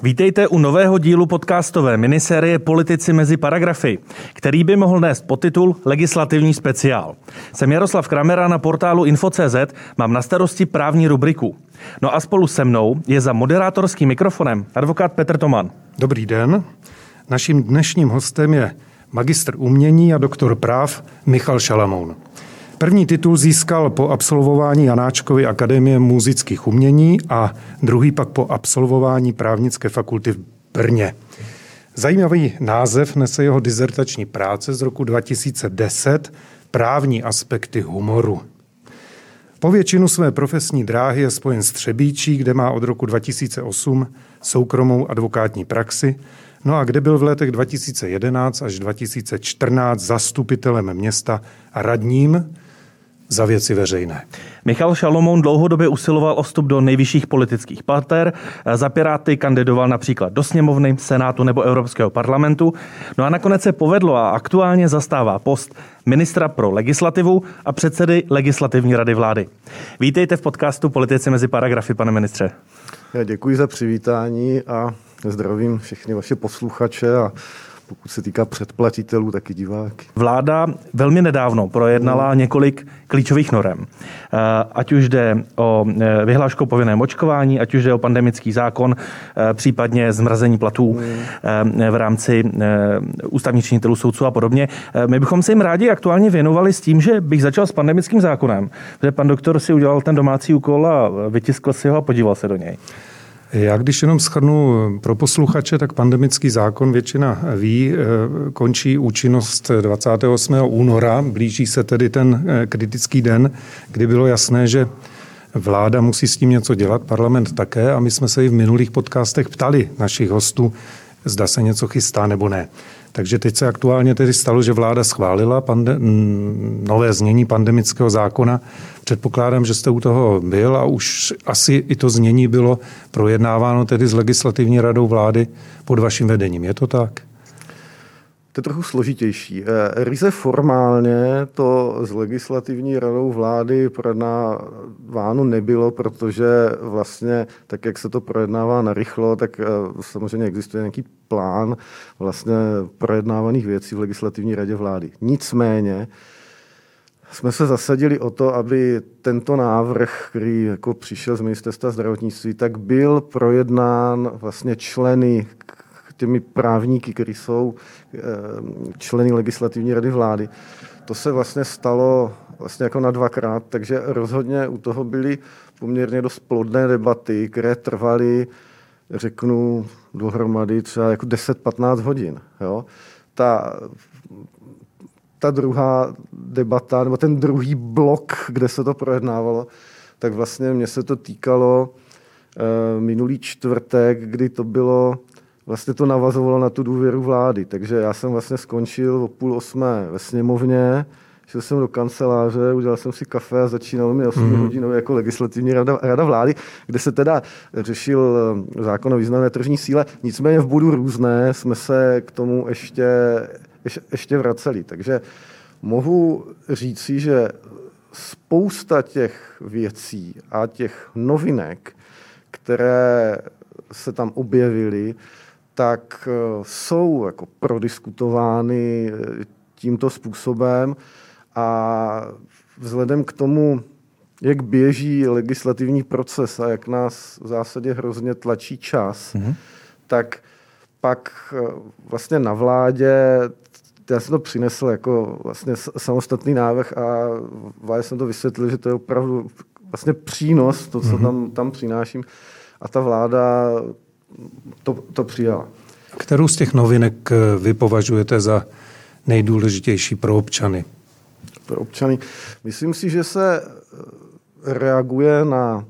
Vítejte u nového dílu podcastové minisérie Politici mezi paragrafy, který by mohl nést podtitul Legislativní speciál. Jsem Jaroslav Kramer a na portálu Info.cz mám na starosti právní rubriku. No a spolu se mnou je za moderátorským mikrofonem advokát Petr Toman. Dobrý den. Naším dnešním hostem je magistr umění a doktor práv Michal Šalamoun. První titul získal po absolvování Janáčkovy akademie múzických umění a druhý pak po absolvování právnické fakulty v Brně. Zajímavý název nese jeho dizertační práce z roku 2010 Právní aspekty humoru. Po většinu své profesní dráhy je spojen s Třebíčí, kde má od roku 2008 soukromou advokátní praxi, no a kde byl v letech 2011 až 2014 zastupitelem města a radním za věci veřejné. Michal Šalamoun dlouhodobě usiloval o vstup do nejvyšších politických pater. Za Piráty kandidoval například do sněmovny, senátu nebo Evropského parlamentu. No a nakonec se povedlo a aktuálně zastává post ministra pro legislativu a předsedy Legislativní rady vlády. Vítejte v podcastu Politici mezi paragrafy, pane ministře. Já děkuji za přivítání a zdravím všechny vaše posluchače a pokud se týká předplatitelů, taky diváky. Vláda velmi nedávno projednala několik klíčových norem. Ať už jde o vyhlášku o povinném očkování, ať už jde o pandemický zákon, případně zmrazení platů v rámci ústavních činitelů, soudců a podobně. My bychom se jim rádi aktuálně věnovali s tím, že bych začal s pandemickým zákonem, protože pan doktor si udělal ten domácí úkol a vytiskl si ho a podíval se do něj. Já když jenom shrnu pro posluchače, tak pandemický zákon většina ví, končí účinnost 28. února, blíží se tedy ten kritický den, kdy bylo jasné, že vláda musí s tím něco dělat, parlament také a my jsme se i v minulých podcastech ptali našich hostů, zda se něco chystá nebo ne. Takže teď se aktuálně tedy stalo, že vláda schválila nové znění pandemického zákona. Předpokládám, že jste u toho byl a už asi i to znění bylo projednáváno tedy s Legislativní radou vlády pod vaším vedením. Je to tak? To je trochu složitější. Ryze formálně to s Legislativní radou vlády projednáváno nebylo, protože vlastně tak, jak se to projednává narychlo, tak samozřejmě existuje nějaký plán vlastně projednávaných věcí v Legislativní radě vlády. Nicméně jsme se zasadili o to, aby tento návrh, který jako přišel z ministerstva zdravotnictví, tak byl projednán vlastně členy, těmi právníky, kteří jsou členy Legislativní rady vlády. To se vlastně stalo vlastně jako na dvakrát, takže rozhodně u toho byly poměrně dost plodné debaty, které trvaly, řeknu, dohromady třeba jako 10-15 hodin. Jo? Ta druhá debata, nebo ten druhý blok, kde se to projednávalo, tak vlastně mně se to týkalo minulý čtvrtek, kdy to bylo vlastně to navazovalo na tu důvěru vlády. Takže já jsem vlastně skončil o 7:30 ve sněmovně, šel jsem do kanceláře, udělal jsem si kafe a začínalo mi 8 hodin jako Legislativní rada vlády, kde se teda řešil zákon o významné tržní síle. Nicméně v bodu různé jsme se k tomu ještě vraceli. Takže mohu říci, že spousta těch věcí a těch novinek, které se tam objevily, tak jsou jako prodiskutovány tímto způsobem a vzhledem k tomu, jak běží legislativní proces a jak nás v zásadě hrozně tlačí čas, tak pak vlastně na vládě, já jsem to přinesl jako vlastně samostatný návrh a vládě jsem to vysvětlil, že to je opravdu vlastně přínos, to, co tam přináším, a ta vláda to přijala. Kterou z těch novinek vy považujete za nejdůležitější pro občany? Pro občany. Myslím si, že se reaguje na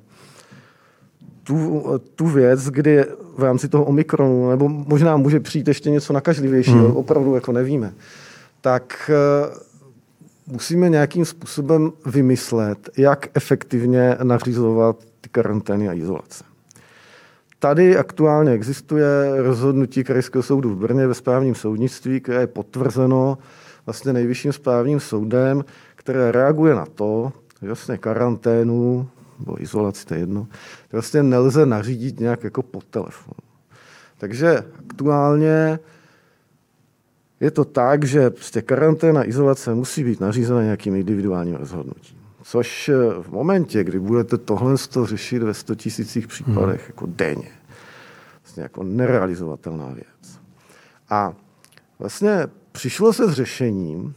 tu věc, kdy v rámci toho Omikronu, nebo možná může přijít ještě něco nakažlivějšího, opravdu jako nevíme, tak musíme nějakým způsobem vymyslet, jak efektivně nařizovat ty karantény a izolace. Tady aktuálně existuje rozhodnutí Krajského soudu v Brně ve správním soudnictví, které je potvrzeno vlastně Nejvyšším správním soudem, které reaguje na to, že vlastně karanténu nebo izolaci, to je jedno, vlastně nelze nařídit nějak jako po telefonu. Takže aktuálně je to tak, že prostě karanténa, izolace musí být nařízena nějakým individuálním rozhodnutím. Což v momentě, kdy budete tohle řešit ve 100 000 případech jako denně, vlastně jako nerealizovatelná věc. A vlastně přišlo se s řešením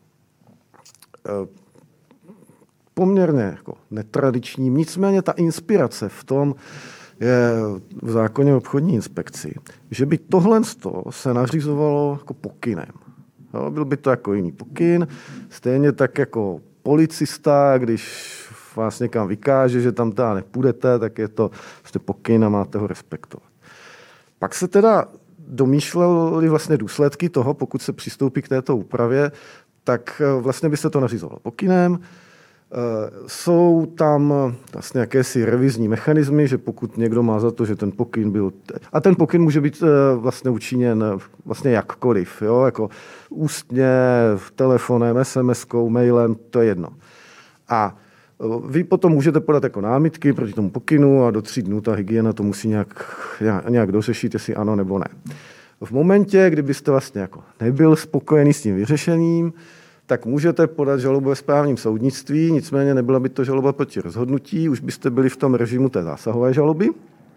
poměrně jako netradičním, nicméně ta inspirace v tom je v zákoně o obchodní inspekci, že by tohle se nařizovalo jako pokynem. Jo, byl by to jako jiný pokyn, stejně tak jako policista, když vás někam vykáže, že tam teda nepůjdete, tak je to prostě pokyn a máte ho respektovat. Pak se teda domýšlely vlastně důsledky toho, pokud se přistoupí k této úpravě, tak vlastně by se to nařizovalo pokynem. Jsou tam vlastně jakési revizní mechanismy, že pokud někdo má za to, že ten pokyn byl... A ten pokyn může být vlastně učiněn vlastně jakkoliv, jo? Jako ústně, telefonem, SMS-kou, mailem, to je jedno. A vy potom můžete podat jako námitky proti tomu pokynu a do 3 dnů ta hygiena to musí nějak dořešit, jestli ano nebo ne. V momentě, kdybyste vlastně jako nebyl spokojený s tím vyřešením, tak můžete podat žalobu ve správním soudnictví, nicméně nebyla by to žaloba proti rozhodnutí, už byste byli v tom režimu té zásahové žaloby.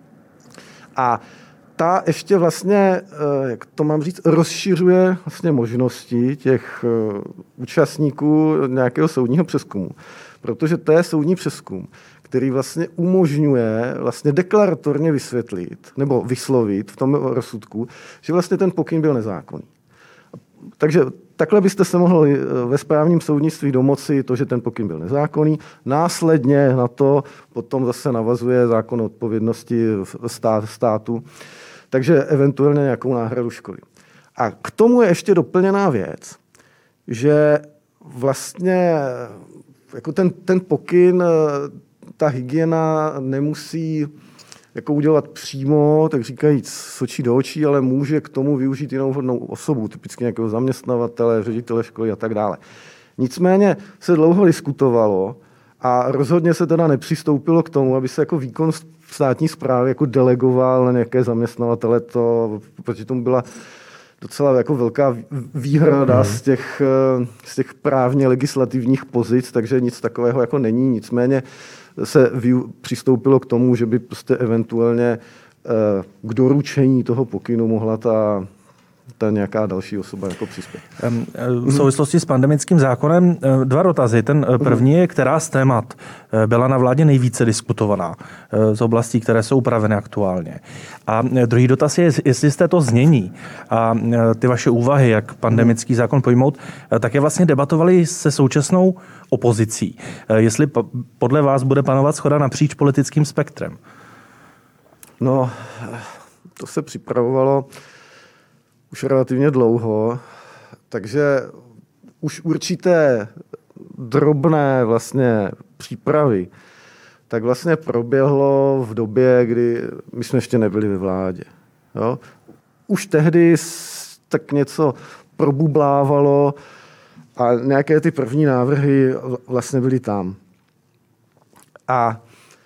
A ta ještě vlastně, jak to mám říct, rozšiřuje vlastně možnosti těch účastníků nějakého soudního přezkumu. Protože to je soudní přezkum, který vlastně umožňuje vlastně deklaratorně vysvětlit nebo vyslovit v tom rozsudku, že vlastně ten pokyn byl nezákonný. Takže takhle byste se mohli ve správním soudnictví domoci to, že ten pokyn byl nezákonný. Následně na to potom zase navazuje zákon o odpovědnosti státu, takže eventuálně nějakou náhradu škody. A k tomu je ještě doplněná věc, že vlastně jako ten pokyn, ta hygiena nemusí jako udělat přímo, tak říkajíc z očí do očí, ale může k tomu využít jinou vhodnou osobu, typicky nějakého zaměstnavatele, ředitele školy a tak dále. Nicméně se dlouho diskutovalo a rozhodně se teda nepřistoupilo k tomu, aby se jako výkon státní správy jako delegoval na nějaké zaměstnavatele, protože tomu byla docela jako velká výhrada z těch právně legislativních pozic, takže nic takového jako není. Nicméně se přistoupilo k tomu, že by prostě eventuálně k doručení toho pokynu mohla ta nějaká další osoba jako přispět. V souvislosti s pandemickým zákonem 2 dotazy. Ten první je, která z témat byla na vládě nejvíce diskutovaná z oblastí, které jsou upraveny aktuálně. A druhý dotaz je, jestli jste to znění a ty vaše úvahy, jak pandemický zákon pojmout, také vlastně debatovali se současnou opozicí. Jestli podle vás bude panovat shoda napříč politickým spektrem? No, to se připravovalo už relativně dlouho, takže už určité drobné vlastně přípravy tak vlastně proběhlo v době, kdy my jsme ještě nebyli ve vládě. Jo? Už tehdy tak něco probublávalo a nějaké ty první návrhy vlastně byly tam. A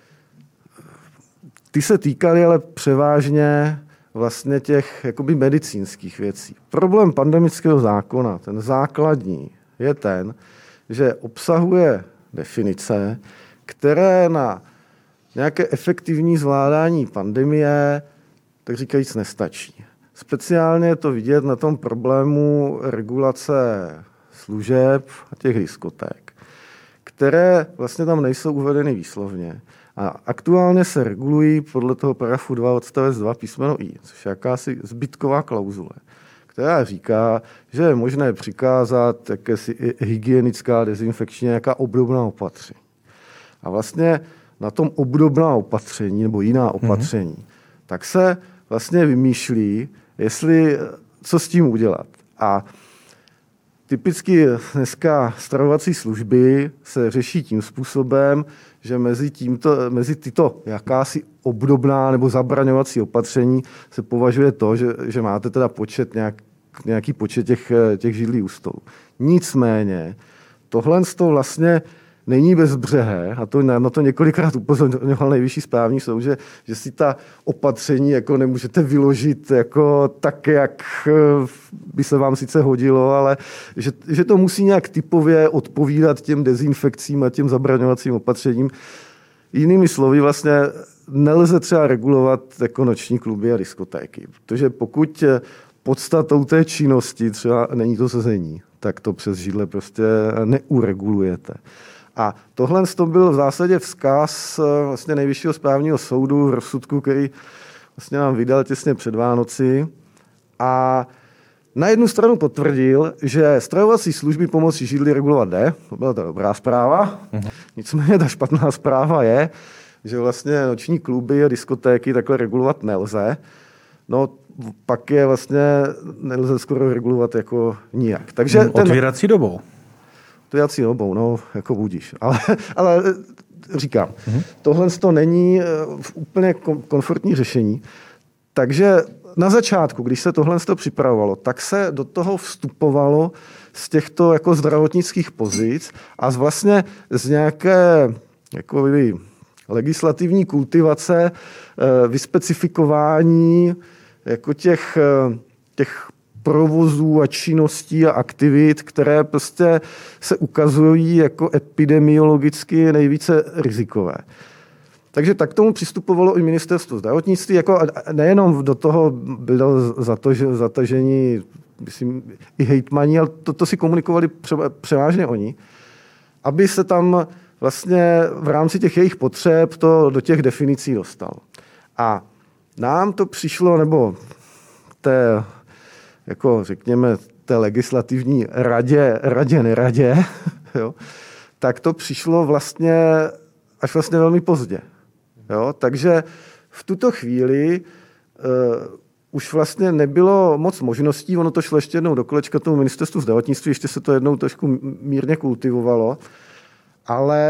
ty se týkaly ale převážně vlastně těch jakoby medicínských věcí. Problém pandemického zákona, ten základní, je ten, že obsahuje definice, které na nějaké efektivní zvládání pandemie, tak říkajíc, nestačí. Speciálně je to vidět na tom problému regulace služeb a těch diskoték, které vlastně tam nejsou uvedeny výslovně. A aktuálně se regulují podle toho paragrafu 2 odstavec 2 písmeno I, což je jakási zbytková klauzule, která říká, že je možné přikázat jakési hygienická, dezinfekční, nějaká obdobná opatření. A vlastně na tom obdobná opatření nebo jiná opatření, tak se vlastně vymýšlí, co s tím udělat. A typicky dneska stravovací služby se řeší tím způsobem, že mezi tyto jakási obdobná nebo zabraňovací opatření se považuje to, že máte teda nějaký počet těch židlí u stolu. Nicméně tohle vlastně není bezbřehé, a to na to několikrát upozorňoval Nejvyšší správní soud, že si ta opatření jako nemůžete vyložit jako tak, jak by se vám sice hodilo, ale že to musí nějak typově odpovídat těm dezinfekcím a těm zabraňovacím opatřením. Jinými slovy, vlastně nelze třeba regulovat jako noční kluby a diskotéky, protože pokud podstatou té činnosti třeba není to sezení, tak to přes židle prostě neuregulujete. A tohle to byl v zásadě vzkaz vlastně Nejvyššího správního soudu v rozsudku, který vlastně nám vydal těsně před Vánoci. A na jednu stranu potvrdil, že stravovací služby pomocí židli regulovat jde. To byla ta dobrá zpráva. Nicméně ta špatná zpráva je, že vlastně noční kluby a diskotéky takhle regulovat nelze. No, pak je vlastně nelze skoro regulovat jako nijak. Takže otvírací dobou. Otvírací dobou, no, jako budíš. Ale říkám, tohle to není úplně komfortní řešení. Takže na začátku, když se tohle připravovalo, tak se do toho vstupovalo z těchto jako zdravotnických pozic a vlastně z nějaké jako legislativní kultivace, vyspecifikování jako těch provozů a činností a aktivit, které prostě se ukazují jako epidemiologicky nejvíce rizikové. Takže tak tomu přistupovalo i ministerstvo zdravotnictví, jako nejenom do toho bylo zatažení, myslím, i hejtmani, ale to si komunikovali převážně oni, aby se tam vlastně v rámci těch jejich potřeb to do těch definicí dostalo. A nám to přišlo, nebo jako řekněme, té legislativní radě, jo, tak to přišlo vlastně až vlastně velmi pozdě. Jo, takže v tuto chvíli už vlastně nebylo moc možností, ono to šlo ještě jednou do kolečka tomu ministerstvu zdravotnictví, ještě se to jednou trošku mírně kultivovalo, ale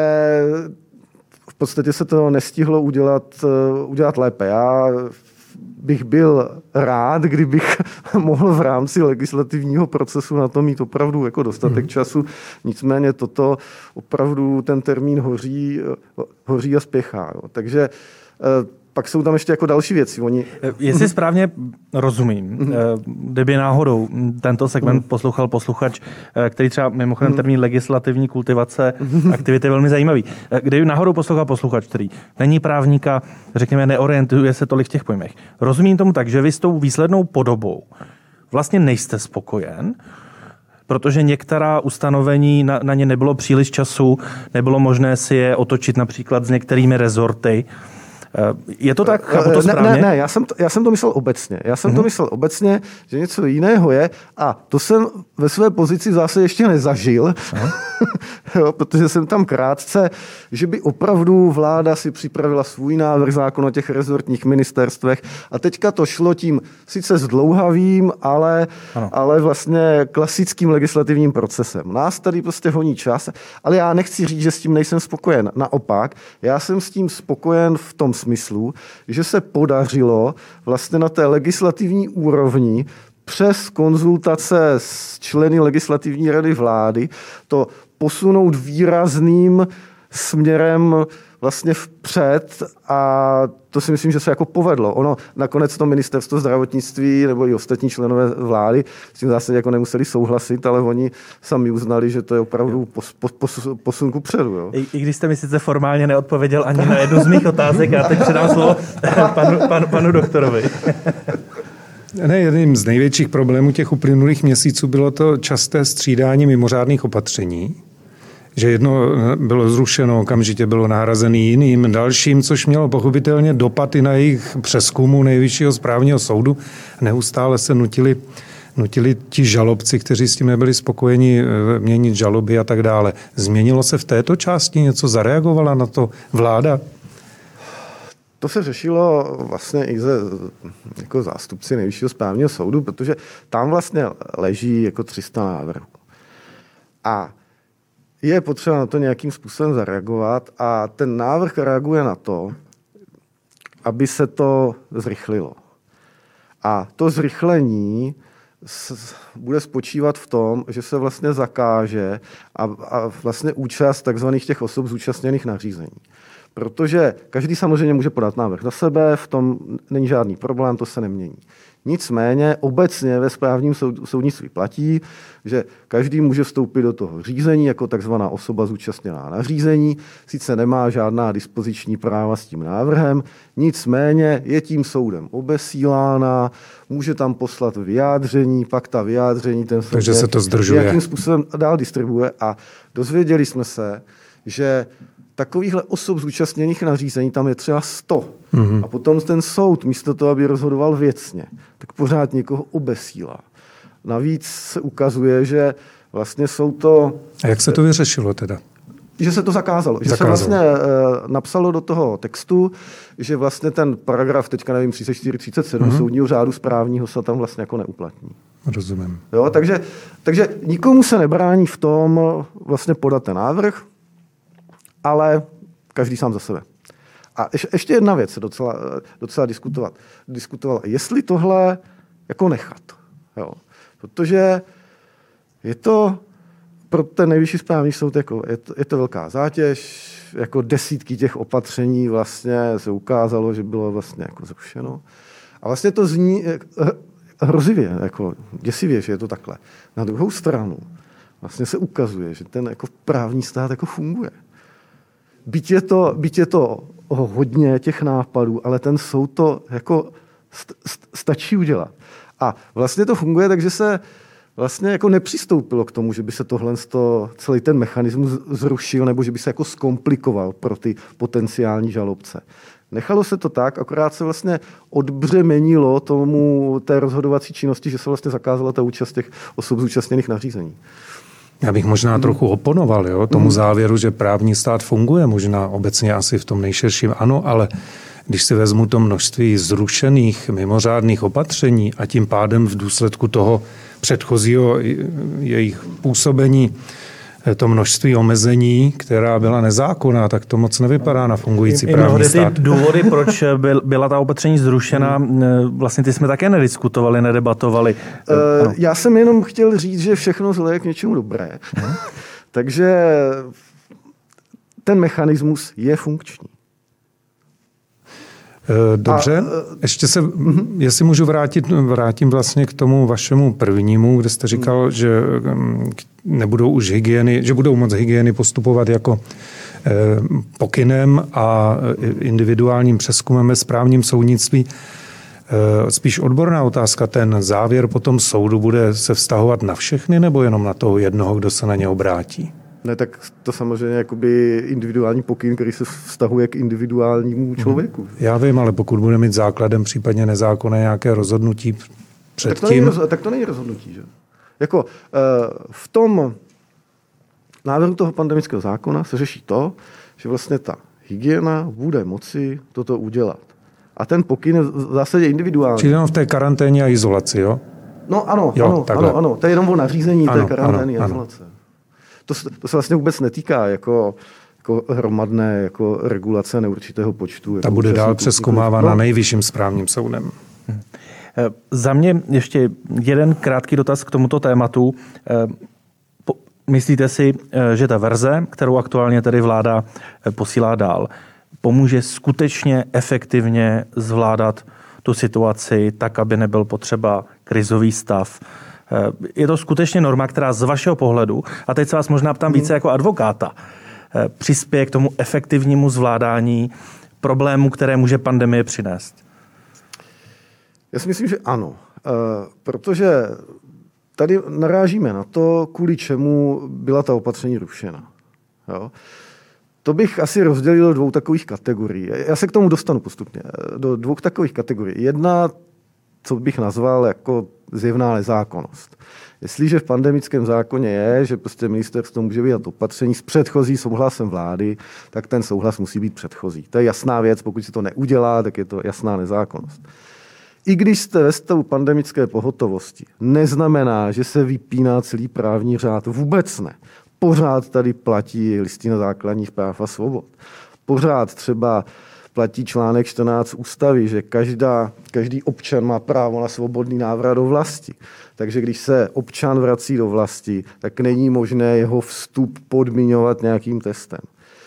v podstatě se to nestihlo udělat lépe. Já bych byl rád, kdybych mohl v rámci legislativního procesu na to mít opravdu jako dostatek času. Nicméně toto opravdu ten termín hoří a spěchá. Jo. Takže pak jsou tam ještě jako další věci. Jestli správně rozumím, kdyby náhodou tento segment poslouchal posluchač, který třeba mimochodem termín legislativní kultivace aktivity je velmi zajímavý. Kdyby náhodou poslouchal posluchač, který není právníka, řekněme, neorientuje se tolik v těch pojmech. Rozumím tomu tak, že vy s tou výslednou podobou vlastně nejste spokojen, protože některá ustanovení na ně nebylo příliš času, nebylo možné si je otočit například s některými rezorty. Je to tak? Chápu to správně? Ne, já jsem to myslel obecně. Já jsem to myslel obecně, že něco jiného je a to jsem ve své pozici zase ještě nezažil, jo, protože jsem tam krátce, že by opravdu vláda si připravila svůj návrh zákona o těch rezortních ministerstvech a teďka to šlo tím sice zdlouhavým, ale vlastně klasickým legislativním procesem. Nás tady prostě honí čas, ale já nechci říct, že s tím nejsem spokojen. Naopak, já jsem s tím spokojen v tom smyslu, že se podařilo vlastně na té legislativní úrovni přes konzultace s členy legislativní rady vlády to posunout výrazným směrem vlastně vpřed a to si myslím, že se jako povedlo. Ono nakonec to ministerstvo zdravotnictví nebo i ostatní členové vlády s tím zase jako nemuseli souhlasit, ale oni sami uznali, že to je opravdu posun kupředu. Jo. I když jste mi sice formálně neodpověděl ani na jednu z mých otázek, já teď předám slovo panu doktorovi. Ne, jedním z největších problémů těch uplynulých měsíců bylo to časté střídání mimořádných opatření, že jedno bylo zrušeno, okamžitě bylo nahrazený jiným dalším, což mělo pochopitelně dopad i na jejich přezkumu Nejvyššího správního soudu. Neustále se nutili ti žalobci, kteří s tím nebyli spokojeni, měnit žaloby a tak dále. Změnilo se v této části něco? Zareagovala na to vláda? To se řešilo vlastně i jako zástupci Nejvyššího správního soudu, protože tam vlastně leží jako 300 návrhů. A je potřeba na to nějakým způsobem zareagovat a ten návrh reaguje na to, aby se to zrychlilo. A to zrychlení bude spočívat v tom, že se vlastně zakáže a vlastně účast takzvaných těch osob zúčastněných na řízení. Protože každý samozřejmě může podat návrh za sebe, v tom není žádný problém, to se nemění. Nicméně obecně ve správním soudnictví platí, že každý může vstoupit do toho řízení jako takzvaná osoba zúčastněná na řízení, sice nemá žádná dispoziční práva s tím návrhem, nicméně je tím soudem obesílána, může tam poslat vyjádření, pak ta vyjádření ten soud takže se to zdržuje. Jakým způsobem dál distribuuje a dozvěděli jsme se, že takovýchhle osob zúčastněných na řízení tam je třeba 100. Mm-hmm. A potom ten soud, místo toho, aby rozhodoval věcně, tak pořád někoho obesílá. Navíc se ukazuje, že vlastně jsou to... A jak se to vyřešilo teda? Že se to zakázalo. Že se vlastně napsalo do toho textu, že vlastně ten paragraf, teďka nevím, 34-37 soudního řádu správního se tam vlastně jako neuplatní. Rozumím. Jo, takže nikomu se nebrání v tom vlastně podat ten návrh, ale každý sám za sebe. A ještě jedna věc se docela diskutovala. Jestli tohle jako nechat. Jo. Protože je to pro ten nejvyšší správní soud jako, je to velká zátěž, jako desítky těch opatření vlastně se ukázalo, že bylo vlastně jako zrušeno. A vlastně to zní hrozivě, jako děsivě, že je to takhle. Na druhou stranu vlastně se ukazuje, že ten jako právní stát jako funguje. Byť je to hodně těch nápadů, ale ten soud to jako stačí udělat. A vlastně to funguje tak, že se vlastně jako nepřistoupilo k tomu, že by se celý ten mechanismus zrušil nebo že by se jako zkomplikoval pro ty potenciální žalobce. Nechalo se to tak, akorát se vlastně odbřemenilo té rozhodovací činnosti, že se vlastně zakázala ta účast těch osob zúčastněných na řízení. Já bych možná trochu oponoval tomu závěru, že právní stát funguje, možná obecně asi v tom nejširším ano, ale když si vezmu to množství zrušených mimořádných opatření a tím pádem v důsledku toho předchozího jejich působení to množství omezení, která byla nezákonná, tak to moc nevypadá na fungující právní stát. Ty důvody, proč byla ta opatření zrušena, vlastně ty jsme také nediskutovali, nedebatovali. Já jsem jenom chtěl říct, že všechno zlé je k něčemu dobré. Takže ten mechanismus je funkční. Dobře, ještě se, jestli můžu vrátím vlastně k tomu vašemu prvnímu, kde jste říkal, že nebudou už že budou moc hygieny postupovat jako pokynem a individuálním přezkumem ve správním soudnictví. Spíš odborná otázka, ten závěr potom soudu bude se vztahovat na všechny nebo jenom na toho jednoho, kdo se na ně obrátí? Ne, tak to samozřejmě jakoby individuální pokyn, který se vztahuje k individuálnímu člověku. Já vím, ale pokud bude mít základem případně nezákonné nějaké rozhodnutí předtím... Tak to není rozhodnutí, že? Jako v tom návrhu toho pandemického zákona se řeší to, že vlastně ta hygiena bude moci toto udělat. A ten pokyn je v zásadě individuální. Čili jenom v té karanténě a izolaci, jo? No ano. To je jenom o nařízení té karantény a izolace. To se vlastně vůbec netýká jako hromadné jako regulace neurčitého počtu. Ta bude dál přezkoumávána nejvyšším správním soudem. Za mě ještě jeden krátký dotaz k tomuto tématu. Myslíte si, že ta verze, kterou aktuálně tedy vláda posílá dál, pomůže skutečně efektivně zvládat tu situaci tak, aby nebyl potřeba krizový stav? Je to skutečně norma, která z vašeho pohledu, a teď se vás možná ptám více jako advokáta, přispěje k tomu efektivnímu zvládání problémů, které může pandemie přinést? Já si myslím, že ano, protože tady narážíme na to, kvůli čemu byla ta opatření rušena. Jo? To bych asi rozdělil do dvou takových kategorií. Já se k tomu dostanu postupně. Do dvou takových kategorií. Jedna, co bych nazval jako zjevná nezákonnost. Jestliže v pandemickém zákoně je, že prostě ministerstvo může vydat opatření s předchozí souhlasem vlády, tak ten souhlas musí být předchozí. To je jasná věc, pokud se to neudělá, tak je to jasná nezákonnost. I když jste ve stavu pandemické pohotovosti, neznamená, že se vypíná celý právní řád. Vůbec ne. Pořád tady platí Listina základních práv a svobod. Pořád třeba platí článek 14 ústavy, že každý občan má právo na svobodný návrat do vlasti. Takže když se občan vrací do vlasti, tak není možné jeho vstup podmiňovat nějakým testem.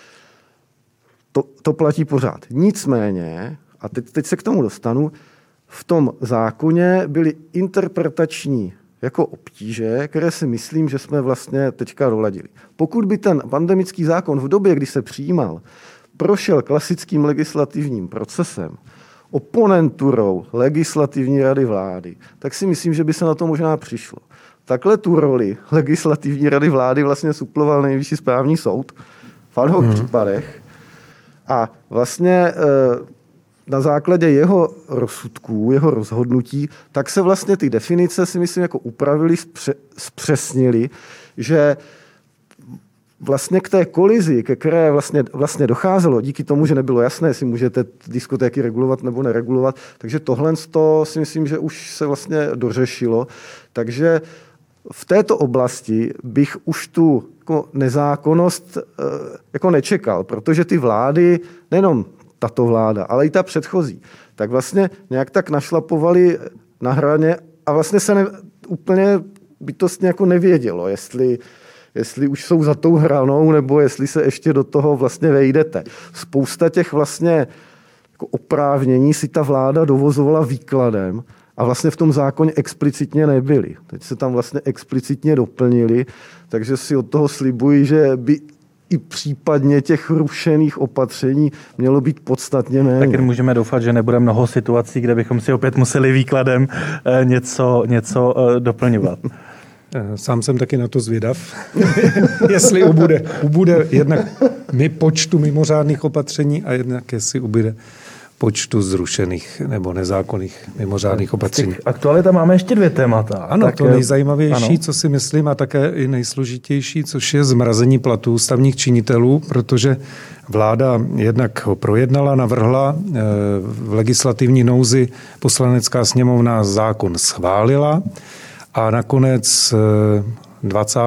To platí pořád. Nicméně, a teď se k tomu dostanu, v tom zákoně byly interpretační jako obtíže, které si myslím, že jsme vlastně teďka doladili. Pokud by ten pandemický zákon v době, kdy se přijímal, prošel klasickým legislativním procesem, oponenturou Legislativní rady vlády, tak si myslím, že by se na to možná přišlo. Takhle tu roli Legislativní rady vlády vlastně suploval Nejvyšší správní soud v ad hoc případech a vlastně na základě jeho rozsudků, jeho rozhodnutí, tak se vlastně ty definice si myslím jako upravili, zpřesnili, že vlastně k té kolizi, ke které vlastně docházelo, díky tomu, že nebylo jasné, jestli můžete diskotéky regulovat nebo neregulovat, takže tohle si myslím, že už se vlastně dořešilo. Takže v této oblasti bych už tu jako nezákonnost jako nečekal, protože ty vlády, nejenom tato vláda, ale i ta předchozí, tak vlastně nějak tak našlapovali na hraně a vlastně se úplně bytostně jako nevědělo, jestli už jsou za tou hranou, nebo jestli se ještě do toho vlastně vejdete. Spousta těch vlastně jako oprávnění si ta vláda dovozovala výkladem a vlastně v tom zákoně explicitně nebyly. Teď se tam vlastně explicitně doplnili, takže si od toho slibuji, že by i případně těch rušených opatření mělo být podstatně méně. Tak jen můžeme doufat, že nebude mnoho situací, kde bychom si opět museli výkladem něco doplňovat. Sám jsem taky na to zvědav, jestli ubude jednak počtu mimořádných opatření a jednak jestli ubude počtu zrušených nebo nezákonných mimořádných opatření. Aktualita máme ještě 2 témata. Ano, tak to nejzajímavější, ano, co si myslím, a také i nejsložitější, což je zmrazení platů ústavních činitelů, protože vláda jednak ho projednala, navrhla, v legislativní nouzi Poslanecká sněmovna zákon schválila a nakonec 20.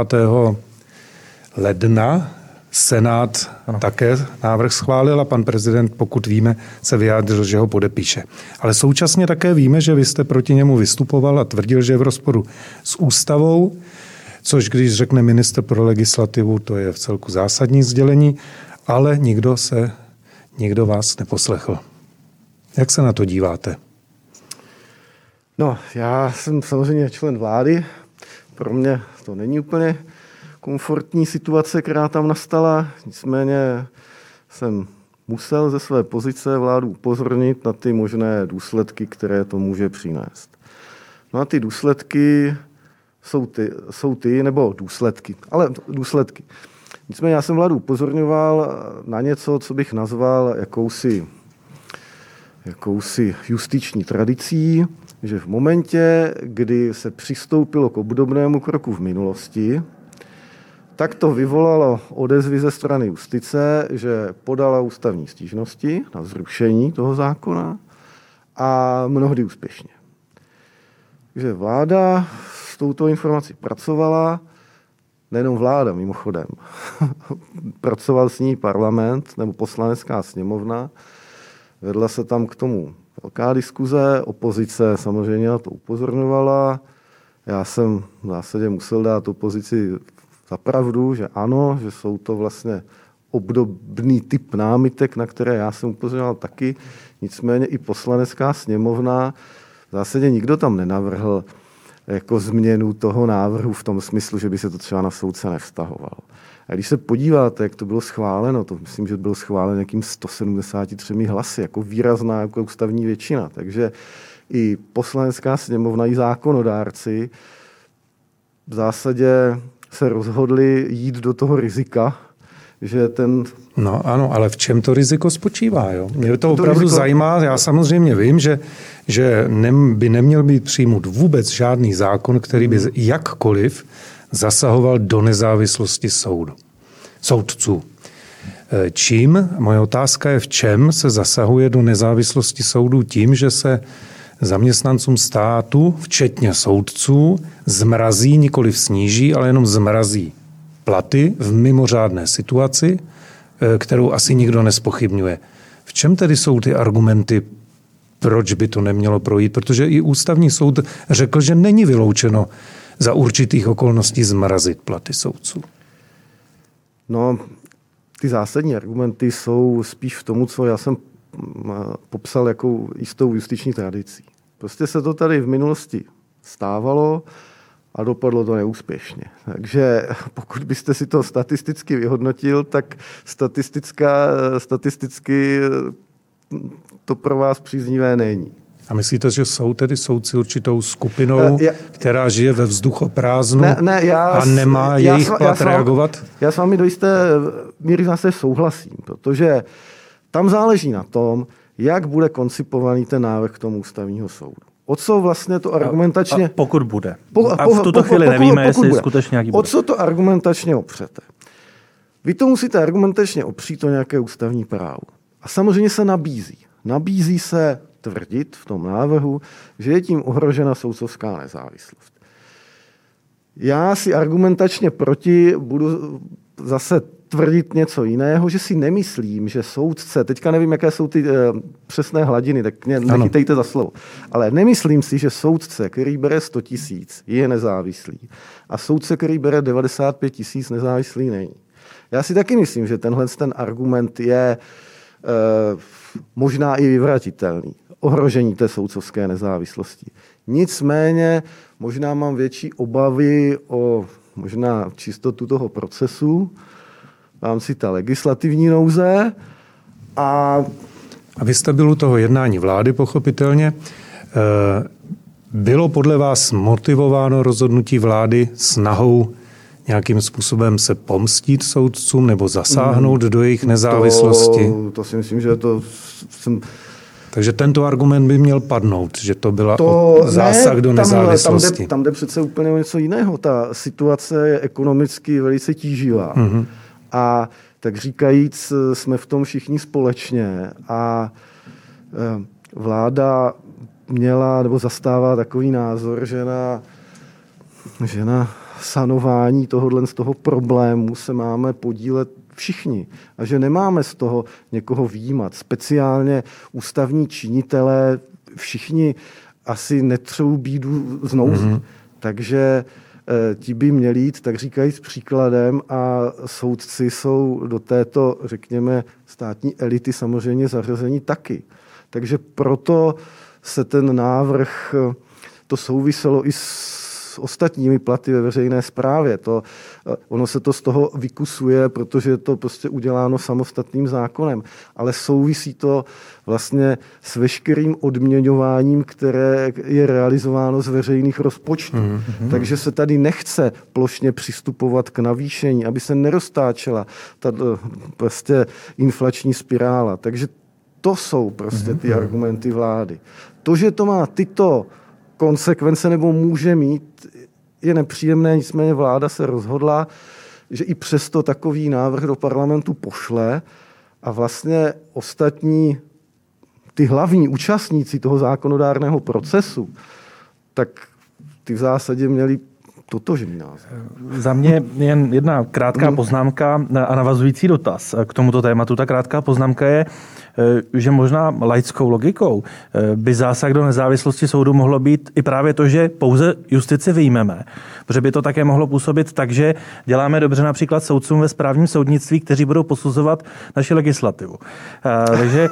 ledna Senát také návrh schválil a pan prezident, pokud víme, se vyjádřil, že ho podepíše. Ale současně také víme, že vy jste proti němu vystupoval a tvrdil, že je v rozporu s ústavou, což když řekne ministr pro legislativu, to je v celku zásadní sdělení, ale nikdo vás neposlechl. Jak se na to díváte? No, já jsem samozřejmě člen vlády. Pro mě to není úplně komfortní situace, která tam nastala. Nicméně jsem musel ze své pozice vládu upozornit na ty možné důsledky, které to může přinést. No a ty důsledky jsou ty, nebo důsledky. Nicméně já jsem vládu upozorňoval na něco, co bych nazval jakousi justiční tradicí, že v momentě, kdy se přistoupilo k obdobnému kroku v minulosti, tak to vyvolalo odezvy ze strany justice, že podala ústavní stížnosti na zrušení toho zákona a mnohdy úspěšně. Takže vláda s touto informací pracovala, nejenom vláda mimochodem, pracoval s ní parlament nebo Poslanecká sněmovna, vedla se tam k tomu velká diskuze, opozice samozřejmě na to upozorňovala, já jsem v zásadě musel dát opozici za pravdu, že ano, že jsou to vlastně obdobný typ námitek, na které já jsem upozorňoval taky. Nicméně i Poslanecká sněmovna, v zásadě nikdo tam nenavrhl jako změnu toho návrhu v tom smyslu, že by se to třeba na soudce nevztahoval. A když se podíváte, jak to bylo schváleno, to myslím, že bylo schváleno nějakým 173 hlasy, jako výrazná jako ústavní většina. Takže i Poslanecká sněmovna, i zákonodárci v zásadě se rozhodli jít do toho rizika, že ten... No ano, ale v čem to riziko spočívá? Jo? Mě to opravdu zajímá. Já samozřejmě vím, že by neměl být přijmut vůbec žádný zákon, který by jakkoliv zasahoval do nezávislosti soudců. Moje otázka je, v čem se zasahuje do nezávislosti soudů tím, že se zaměstnancům státu, včetně soudců, zmrazí, nikoliv sníží, ale jenom zmrazí platy v mimořádné situaci, kterou asi nikdo nespochybňuje. V čem tedy jsou ty argumenty, proč by to nemělo projít? Protože i ústavní soud řekl, že není vyloučeno za určitých okolností zmrazit platy soudců. No, ty zásadní argumenty jsou spíš v tomu, co já jsem popsal jako jistou justiční tradicí. Prostě se to tady v minulosti stávalo a dopadlo to neúspěšně. Takže pokud byste si to statisticky vyhodnotil, tak statisticky to pro vás příznivé není. A myslíte, že jsou tedy soudci určitou skupinou, která žije ve vzduchoprázdnu a nemá jejich plat reagovat? Já s vámi do jisté míry zase souhlasím, protože tam záleží na tom, jak bude koncipovaný ten návrh k tomu ústavního soudu. O co vlastně to argumentačně... A pokud bude. A v tuto chvíli nevíme, jestli bude. Skutečně nějaký bude. O co to argumentačně opřete? Vy to musíte argumentačně opřít o nějaké ústavní právo. A samozřejmě se nabízí. Nabízí se tvrdit v tom návrhu, že je tím ohrožena soudcovská nezávislost. Já si argumentačně proti budu zase tvrdit něco jiného, že si nemyslím, že soudce, teďka nevím, jaké jsou ty přesné hladiny, tak mě nechytejte za slovo, ale nemyslím si, že soudce, který bere 100 000, je nezávislý a soudce, který bere 95 000, nezávislý není. Já si taky myslím, že ten argument je možná i vyvratitelný. Ohrožení té soudcovské nezávislosti. Nicméně možná mám větší obavy o možná čistotu toho procesu v rámci té legislativní nouze. A vy jste byl u toho jednání vlády, pochopitelně. Bylo podle vás motivováno rozhodnutí vlády snahou nějakým způsobem se pomstít soudcům nebo zasáhnout do jejich nezávislosti? To si myslím, že to... Takže tento argument by měl padnout, že to byla zásah do nezávislosti. Tam jde přece úplně o něco jiného. Ta situace je ekonomicky velice tíživá. Mm-hmm. A tak říkajíc, jsme v tom všichni společně. A vláda měla nebo zastává takový názor, že na sanování tohohle z toho problému se máme podílet všichni a že nemáme z toho někoho vyjímat. Speciálně ústavní činitelé všichni asi netřou bídu z nouzy. Mm-hmm. Takže ti by měli jít, tak říkajíc, příkladem a soudci jsou do této, řekněme, státní elity samozřejmě zařazení taky. Takže proto se ten návrh, to souviselo i s ostatními platy ve veřejné správě. Ono se to z toho vykusuje, protože je to prostě uděláno samostatným zákonem. Ale souvisí to vlastně s veškerým odměňováním, které je realizováno z veřejných rozpočtů. Mm-hmm. Takže se tady nechce plošně přistupovat k navýšení, aby se neroztáčela ta prostě inflační spirála. Takže to jsou prostě ty argumenty vlády. To, že to má tyto konsekvence nebo může mít, je nepříjemné, nicméně vláda se rozhodla, že i přesto takový návrh do parlamentu pošle a vlastně ostatní, ty hlavní účastníci toho zákonodárného procesu, tak ty v zásadě měli totožný názor. Za mě jen jedna krátká poznámka a navazující dotaz k tomuto tématu. Ta krátká poznámka je, že možná laickou logikou by zásah do nezávislosti soudu mohlo být i právě to, že pouze justici vyjmeme. Protože by to také mohlo působit tak, že děláme dobře například soudcům ve správním soudnictví, kteří budou posuzovat naši legislativu. Takže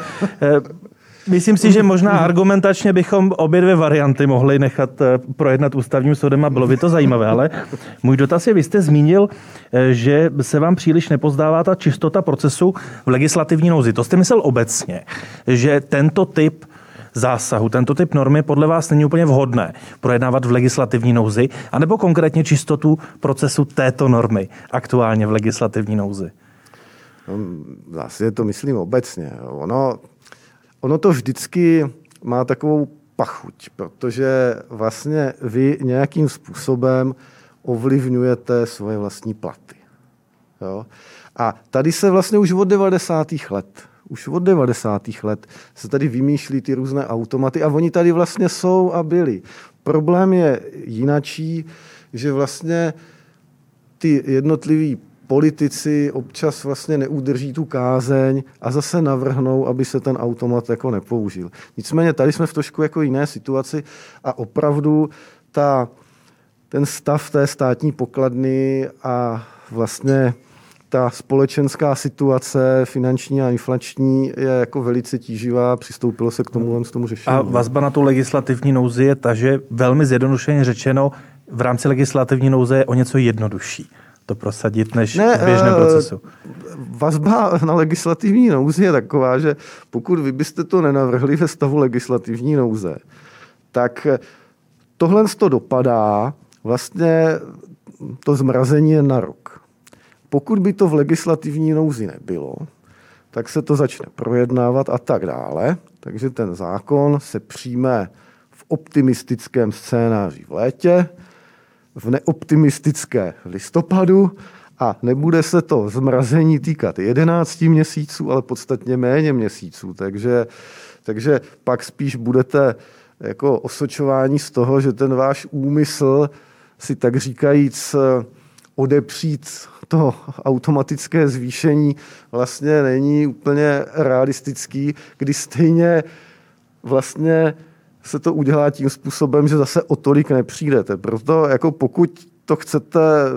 myslím si, že možná argumentačně bychom obě dvě varianty mohli nechat projednat ústavním soudem a bylo by to zajímavé. Ale můj dotaz je, vy jste zmínil, že se vám příliš nepozdává ta čistota procesu v legislativní nouzi. To jste myslel obecně, že tento typ zásahu, tento typ normy podle vás není úplně vhodné projednávat v legislativní nouzi, anebo konkrétně čistotu procesu této normy aktuálně v legislativní nouzi? Zase to myslím obecně. Ono to vždycky má takovou pachuť, protože vlastně vy nějakým způsobem ovlivňujete svoje vlastní platy. Jo? A tady se vlastně už od 90. let se tady vymýšlí ty různé automaty a oni tady vlastně jsou a byli. Problém je jinačí, že vlastně ty jednotlivý politici občas vlastně neudrží tu kázeň a zase navrhnou, aby se ten automat jako nepoužil. Nicméně tady jsme v trošku jako jiné situaci a opravdu ten stav té státní pokladny a vlastně ta společenská situace, finanční a inflační, je jako velice tíživá, přistoupilo se k tomu řešení. A vazba na tu legislativní nouzi je ta, že velmi zjednodušeně řečeno, v rámci legislativní nouze je o něco jednodušší to prosadit než v běžném procesu. Vazba na legislativní nouzi je taková, že pokud vy byste to nenavrhli ve stavu legislativní nouze, tak tohle to dopadá vlastně to zmrazení je na rok. Pokud by to v legislativní nouzi nebylo, tak se to začne projednávat a tak dále. Takže ten zákon se přijme v optimistickém scénáři v létě, v neoptimistické v listopadu a nebude se to zmrazení týkat 11 měsíců, ale podstatně méně měsíců. Takže pak spíš budete jako osočování z toho, že ten váš úmysl si tak říkajíc odepřít to automatické zvýšení vlastně není úplně realistický, kdy stejně vlastně se to udělá tím způsobem, že zase o tolik nepřijdete. Proto jako pokud to chcete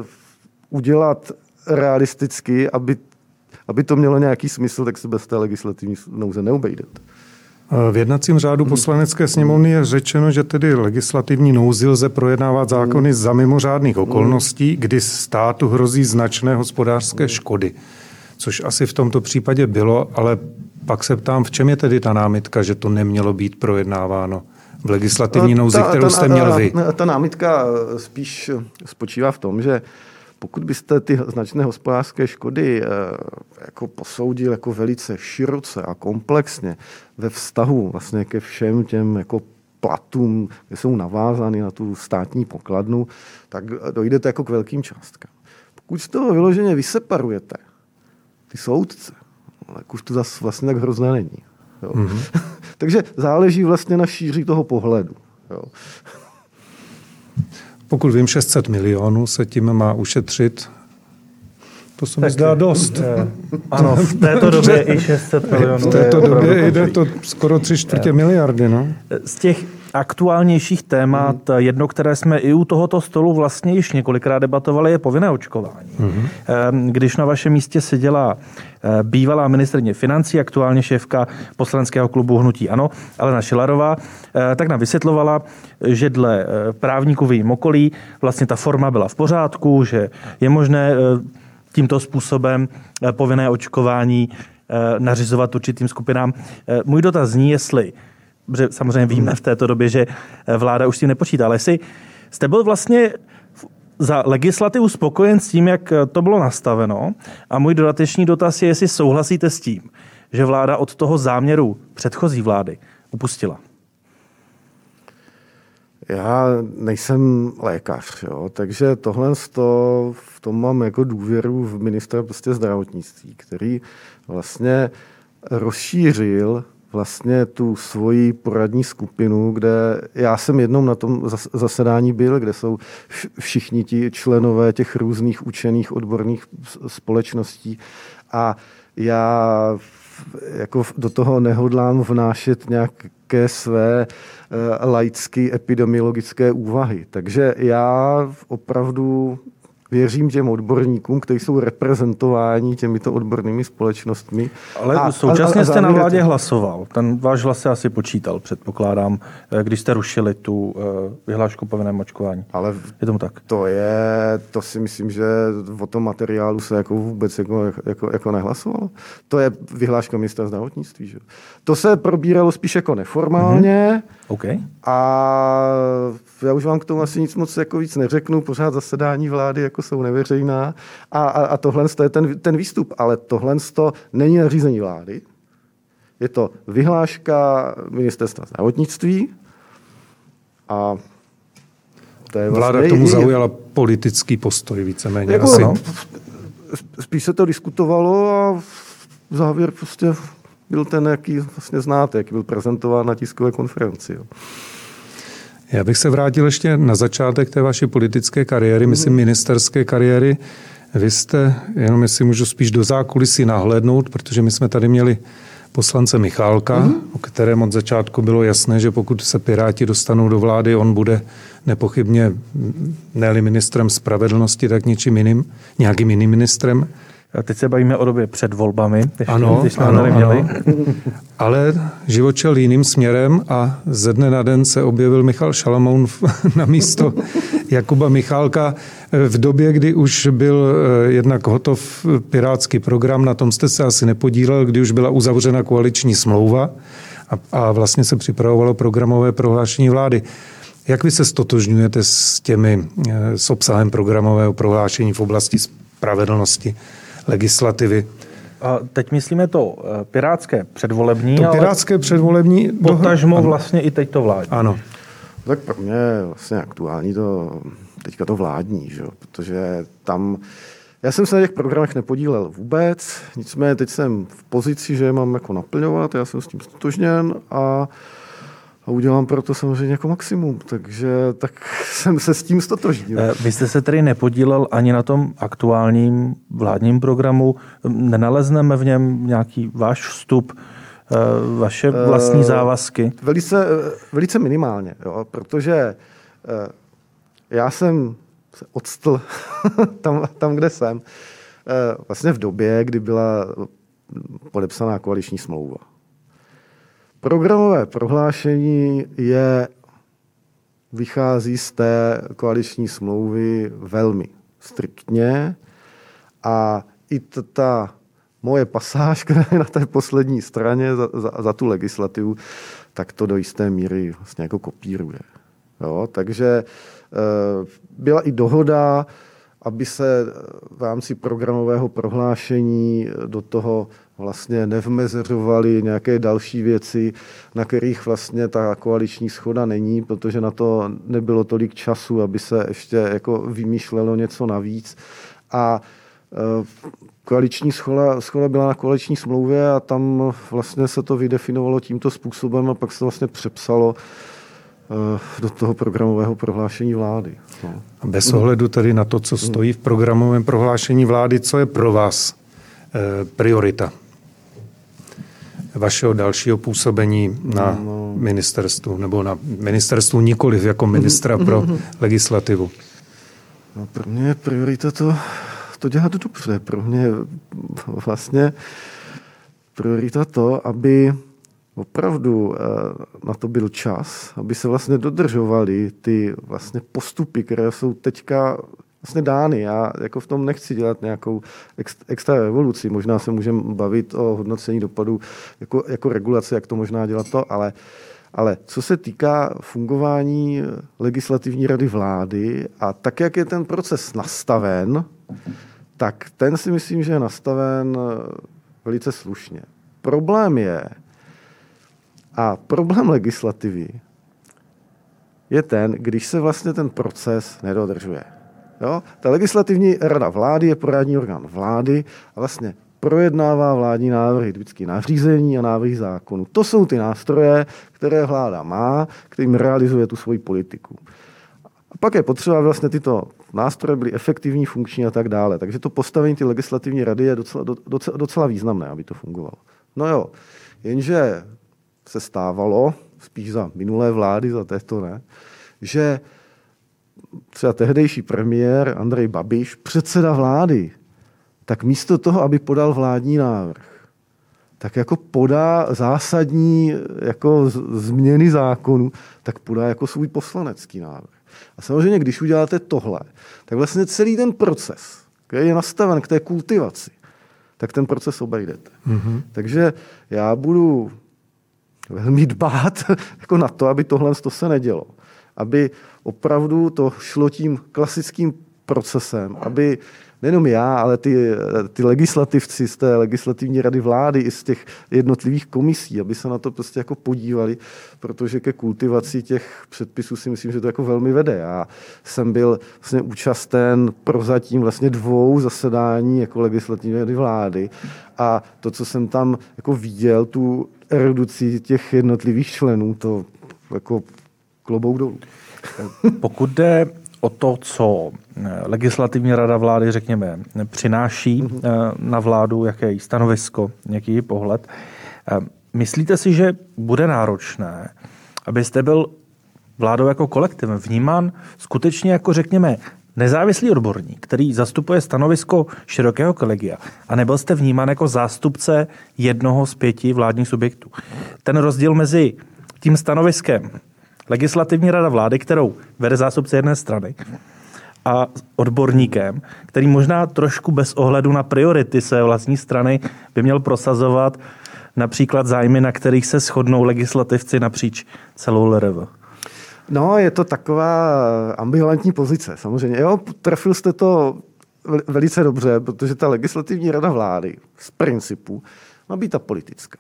udělat realisticky, aby to mělo nějaký smysl, tak se bez té legislativní nouze neobejdete. V jednacím řádu Poslanecké sněmovny je řečeno, že tedy legislativní nouzi lze projednávat zákony za mimořádných okolností, kdy státu hrozí značné hospodářské škody. Což asi v tomto případě bylo, ale pak se ptám, v čem je tedy ta námitka, že to nemělo být projednáváno v legislativní nouzi, kterou jste měl vy? Ta námitka spíš spočívá v tom, že pokud byste ty značné hospodářské škody jako posoudil jako velice široce a komplexně ve vztahu vlastně ke všem těm jako platům, které jsou navázány na tu státní pokladnu, tak dojdete jako k velkým částkám. Pokud z toho vyloženě vyseparujete ty soudce, tak už to zase vlastně tak hrozné není. Jo. Mm-hmm. Takže záleží vlastně na šíři toho pohledu. Jo. Pokud vím, 600 milionů se tím má ušetřit. To se mi zdá dost. Ano, v této době i 600 milionů. V této době jde to skoro 3/4 miliardy. No? Z těch aktuálnějších témat, jedno, které jsme i u tohoto stolu vlastně již několikrát debatovali, je povinné očkování. Když na vašem místě seděla bývalá ministryně financí, aktuálně šéfka poslaneckého klubu Hnutí ANO, Alena Šilerová, tak nám vysvětlovala, že dle právníků v jejím okolí vlastně ta forma byla v pořádku, že je možné tímto způsobem povinné očkování nařizovat určitým skupinám. Můj dotaz zní, jestli, protože samozřejmě víme v této době, že vláda už s tím nepočítá, ale jestli jste byl vlastně za legislativu spokojen s tím, jak to bylo nastaveno. A můj dodatečný dotaz je, jestli souhlasíte s tím, že vláda od toho záměru předchozí vlády upustila. Já nejsem lékař, jo, takže tohle v tom mám jako důvěru v ministra prostě zdravotnictví, který vlastně rozšířil vlastně tu svoji poradní skupinu, kde já jsem jednou na tom zasedání byl, kde jsou všichni ti členové těch různých učených odborných společností a já jako do toho nehodlám vnášet nějaké své laicky epidemiologické úvahy. Takže já opravdu věřím těm odborníkům, kteří jsou reprezentováni těmito odbornými společnostmi. Ale současně jste na vládě hlasoval. Ten váš hlas se asi počítal, předpokládám, když jste rušili tu vyhlášku povinném očkování. Ale je tomu tak? To si myslím, že o tom materiálu se jako vůbec jako nehlasovalo. To je vyhláška ministra zdravotnictví. Že? To se probíralo spíš jako neformálně. Okay. A já už vám k tomu asi nic moc jako víc neřeknu. Pořád zasedání vlády jako jsou neveřejná. A tohle je ten výstup. Ale tohle není nařízení vlády. Je to vyhláška ministerstva zdravotnictví. A to je vlastně vláda k tomu zaujala politický postoj víceméně. Jako, asi. No, spíš se to diskutovalo a závěr prostě byl ten, jaký vlastně znáte, jaký byl prezentován na tiskové konferenci. Jo. Já bych se vrátil ještě na začátek té vaší politické kariéry, myslím ministerské kariéry. Vy jste, jenom jestli můžu spíš do zákulisí nahlédnout, protože my jsme tady měli poslance Michálka, o kterém od začátku bylo jasné, že pokud se Piráti dostanou do vlády, on bude nepochybně ne-li ministrem spravedlnosti, tak nějakým jiným ministrem. A teď se bavíme o době před volbami, když jsme tady měli. Ale život šel jiným směrem a ze dne na den se objevil Michal Šalamoun na místo Jakuba Michálka v době, kdy už byl jednak hotov pirátský program, na tom jste se asi nepodílel, kdy už byla uzavřena koaliční smlouva a vlastně se připravovalo programové prohlášení vlády. Jak vy se stotožňujete s obsahem programového prohlášení v oblasti spravedlnosti, legislativy? A teď myslíme to pirátské předvolební, to pirátské předvolební potažmo vlastně i teď to vládní. Ano. Tak pro mě je vlastně aktuální teďka to vládní, že? Protože tam, já jsem se na těch programech nepodílel vůbec, nicméně teď jsem v pozici, že je mám jako naplňovat, já jsem s tím stotožněn a udělám pro to samozřejmě jako maximum, takže tak jsem se s tím stotožnil. Vy jste se tedy nepodílel ani na tom aktuálním vládním programu, nenalezneme v něm nějaký váš vstup, vaše vlastní závazky? Velice minimálně, jo, protože já jsem se odstl tam, kde jsem, vlastně v době, kdy byla podepsaná koaliční smlouva. Programové prohlášení vychází z té koaliční smlouvy velmi striktně a i ta moje pasáž, která je na té poslední straně za tu legislativu, tak to do jisté míry vlastně jako kopíruje. Jo? Takže byla i dohoda, aby se v rámci programového prohlášení do toho vlastně nevmezeřovaly nějaké další věci, na kterých vlastně ta koaliční shoda není, protože na to nebylo tolik času, aby se ještě jako vymýšlelo něco navíc. A koaliční schoda byla na koaliční smlouvě a tam vlastně se to vydefinovalo tímto způsobem a pak se vlastně přepsalo do toho programového prohlášení vlády. No. Bez ohledu tedy na to, co stojí v programovém prohlášení vlády, co je pro vás priorita vašeho dalšího působení na ministerstvu, nebo na ministerstvu nikoliv jako ministra pro legislativu? No, pro mě je priorita to dělat dobře. Pro mě je vlastně priorita to, aby opravdu na to byl čas, aby se vlastně dodržovaly ty vlastně postupy, které jsou teďka vlastně dány. Já jako v tom nechci dělat nějakou extra revoluci. Možná se můžeme bavit o hodnocení dopadů jako regulace, jak to možná dělat to, ale co se týká fungování legislativní rady vlády a tak, jak je ten proces nastaven, tak ten si myslím, že je nastaven velice slušně. Problém legislativy je ten, když se vlastně ten proces nedodržuje. Jo? Ta legislativní rada vlády je poradní orgán vlády a vlastně projednává vládní návrhy, vždycky nařízení a návrhy zákonů. To jsou ty nástroje, které vláda má, kterým realizuje tu svoji politiku. A pak je potřeba, aby vlastně tyto nástroje byly efektivní, funkční a tak dále. Takže to postavení ty legislativní rady je docela významné, aby to fungovalo. No jo, jenže se stávalo, spíš za minulé vlády, za této ne, že třeba tehdejší premiér Andrej Babiš, předseda vlády, tak místo toho, aby podal vládní návrh, tak jako podá zásadní jako změny zákonu, tak podá jako svůj poslanecký návrh. A samozřejmě, když uděláte tohle, tak vlastně celý ten proces, který je nastaven k té kultivaci, tak ten proces obejdete. Mm-hmm. Takže já budu velmi dbát jako na to, aby tohle se nedělo. Aby opravdu to šlo tím klasickým procesem, aby nejenom já, ale ty legislativci z té legislativní rady vlády i z těch jednotlivých komisí, aby se na to prostě jako podívali, protože ke kultivaci těch předpisů si myslím, že to jako velmi vede. Já jsem byl vlastně účasten prozatím vlastně 2 zasedání jako legislativní rady vlády a to, co jsem tam jako viděl, tu erudici těch jednotlivých členů, to jako klobouk dolů. Pokud jde o to, co legislativní rada vlády, řekněme, přináší na vládu, jaké je stanovisko, jaký je pohled. Myslíte si, že bude náročné, abyste byl vládou jako kolektivem vnímán skutečně jako, řekněme, nezávislý odborník, který zastupuje stanovisko širokého kolegia, a nebyl jste vnímán jako zástupce jednoho z 5 vládních subjektů? Ten rozdíl mezi tím stanoviskem legislativní rada vlády, kterou vede zástupce jedné strany, a odborníkem, který možná trošku bez ohledu na priority své vlastní strany by měl prosazovat například zájmy, na kterých se shodnou legislativci napříč celou LRV. No, je to taková ambivalentní pozice, samozřejmě. Jo, trefil jste to velice dobře, protože ta legislativní rada vlády z principu má být ta politická.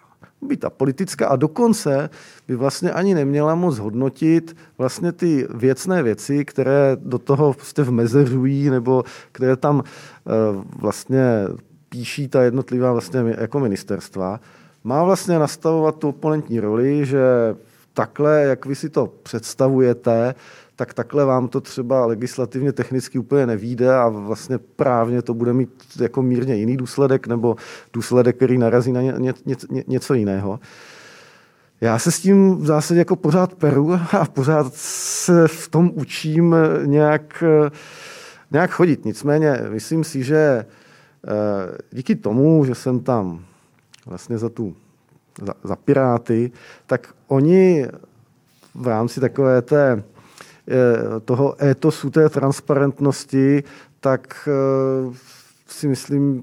A dokonce by vlastně ani neměla moc hodnotit vlastně ty věcné věci, které do toho prostě vmezeřují, nebo které tam vlastně píší ta jednotlivá vlastně jako ministerstva. Má vlastně nastavovat tu oponentní roli, že takhle, jak vy si to představujete, tak takhle vám to třeba legislativně technicky úplně nevyjde a vlastně právně to bude mít jako mírně jiný důsledek nebo důsledek, který narazí na něco jiného. Já se s tím v zásadě jako pořád peru a pořád se v tom učím nějak chodit. Nicméně myslím si, že díky tomu, že jsem tam vlastně za Piráty, tak oni v rámci takové toho étosu, té transparentnosti, tak si myslím,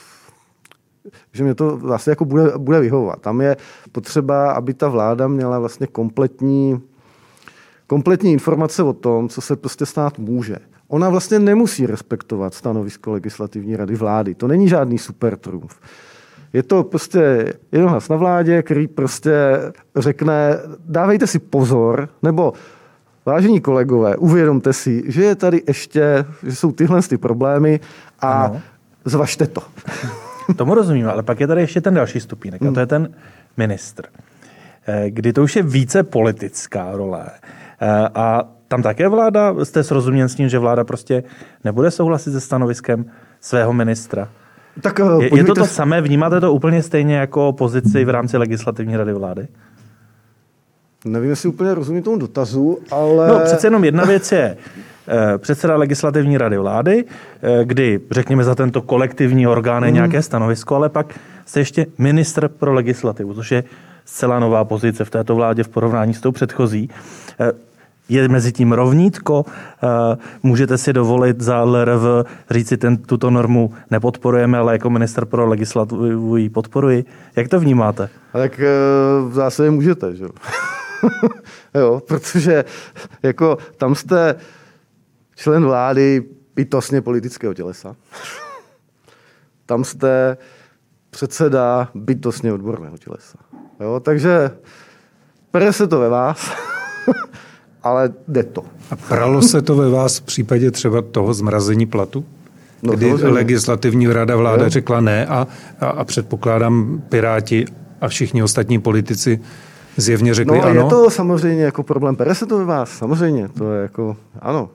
že mě to vlastně jako bude vyhovovat. Tam je potřeba, aby ta vláda měla vlastně kompletní informace o tom, co se prostě stát může. Ona vlastně nemusí respektovat stanovisko legislativní rady vlády. To není žádný super trumf. Je to prostě jeden hlas na vládě, který prostě řekne, dávejte si pozor, nebo vážení kolegové, uvědomte si, že je tady ještě, že jsou tyhle ty problémy a zvažte to. Tomu rozumím, ale pak je tady ještě ten další stupínek a to je ten ministr, kdy to už je více politická role a tam také vláda, jste srozuměn s tím, že vláda prostě nebude souhlasit se stanoviskem svého ministra? Tak, je to samé? Vnímáte to úplně stejně jako pozici v rámci legislativní rady vlády? Nevím, jestli úplně rozumím tomu dotazu, ale... No, přece jenom jedna věc je předseda legislativní rady vlády, kdy, řekněme, za tento kolektivní orgán je nějaké stanovisko, ale pak jste ještě ministr pro legislativu, což je zcela nová pozice v této vládě v porovnání s tou předchozí. Je mezi tím rovnítko? Můžete si dovolit za LRV říci, tuto normu nepodporujeme, ale jako ministr pro legislativu ji podporuji? Jak to vnímáte? Tak v zásadě můžete, že? Jo, protože jako tam jste člen vlády bytostně politického tělesa. Tam jste předseda bytostně odborného tělesa. Jo, takže pere se to ve vás, ale jde to. A pralo se to ve vás v případě třeba toho zmrazení platu? No, kdy legislativní rada vláda řekla ne a předpokládám Piráti a všichni ostatní politici zjevně řekli ano? Je to samozřejmě jako problém. Pere se to ve vás, samozřejmě. To je jako ano.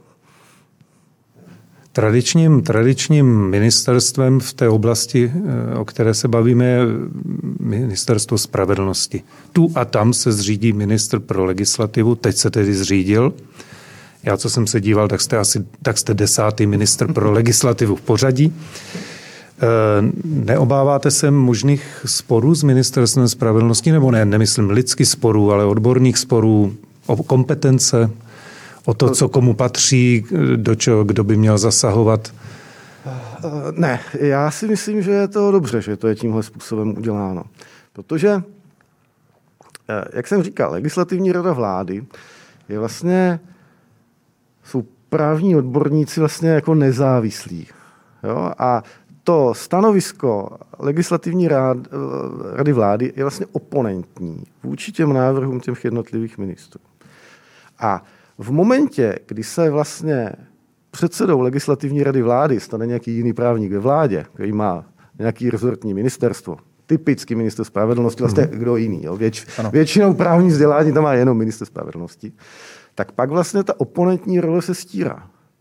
Tradičním ministerstvem v té oblasti, o které se bavíme, je ministerstvo spravedlnosti. Tu a tam se zřídí ministr pro legislativu, teď se tedy zřídil. Já, co jsem se díval, tak jste 10. ministr pro legislativu v pořadí. Neobáváte se možných sporů s ministerstvem spravedlnosti, nebo ne, nemyslím lidských sporů, ale odborných sporů o kompetence, o to, co komu patří, do čeho, kdo by měl zasahovat? Ne, já si myslím, že je to dobře, že to je tímhle způsobem uděláno. Protože, jak jsem říkal, legislativní rada vlády je vlastně, jsou právní odborníci vlastně jako nezávislí. Jo? A to stanovisko legislativní rady vlády je vlastně oponentní vůči těm návrhům těch jednotlivých ministrů. A v momentě, kdy se vlastně předsedou legislativní rady vlády stane nějaký jiný právník ve vládě, který má nějaký rezortní ministerstvo, typický ministr spravedlnosti, vlastně kdo jiný. Jo? Většinou právní vzdělání tam má jenom ministr spravedlnosti. Tak pak vlastně ta oponentní role se stírá.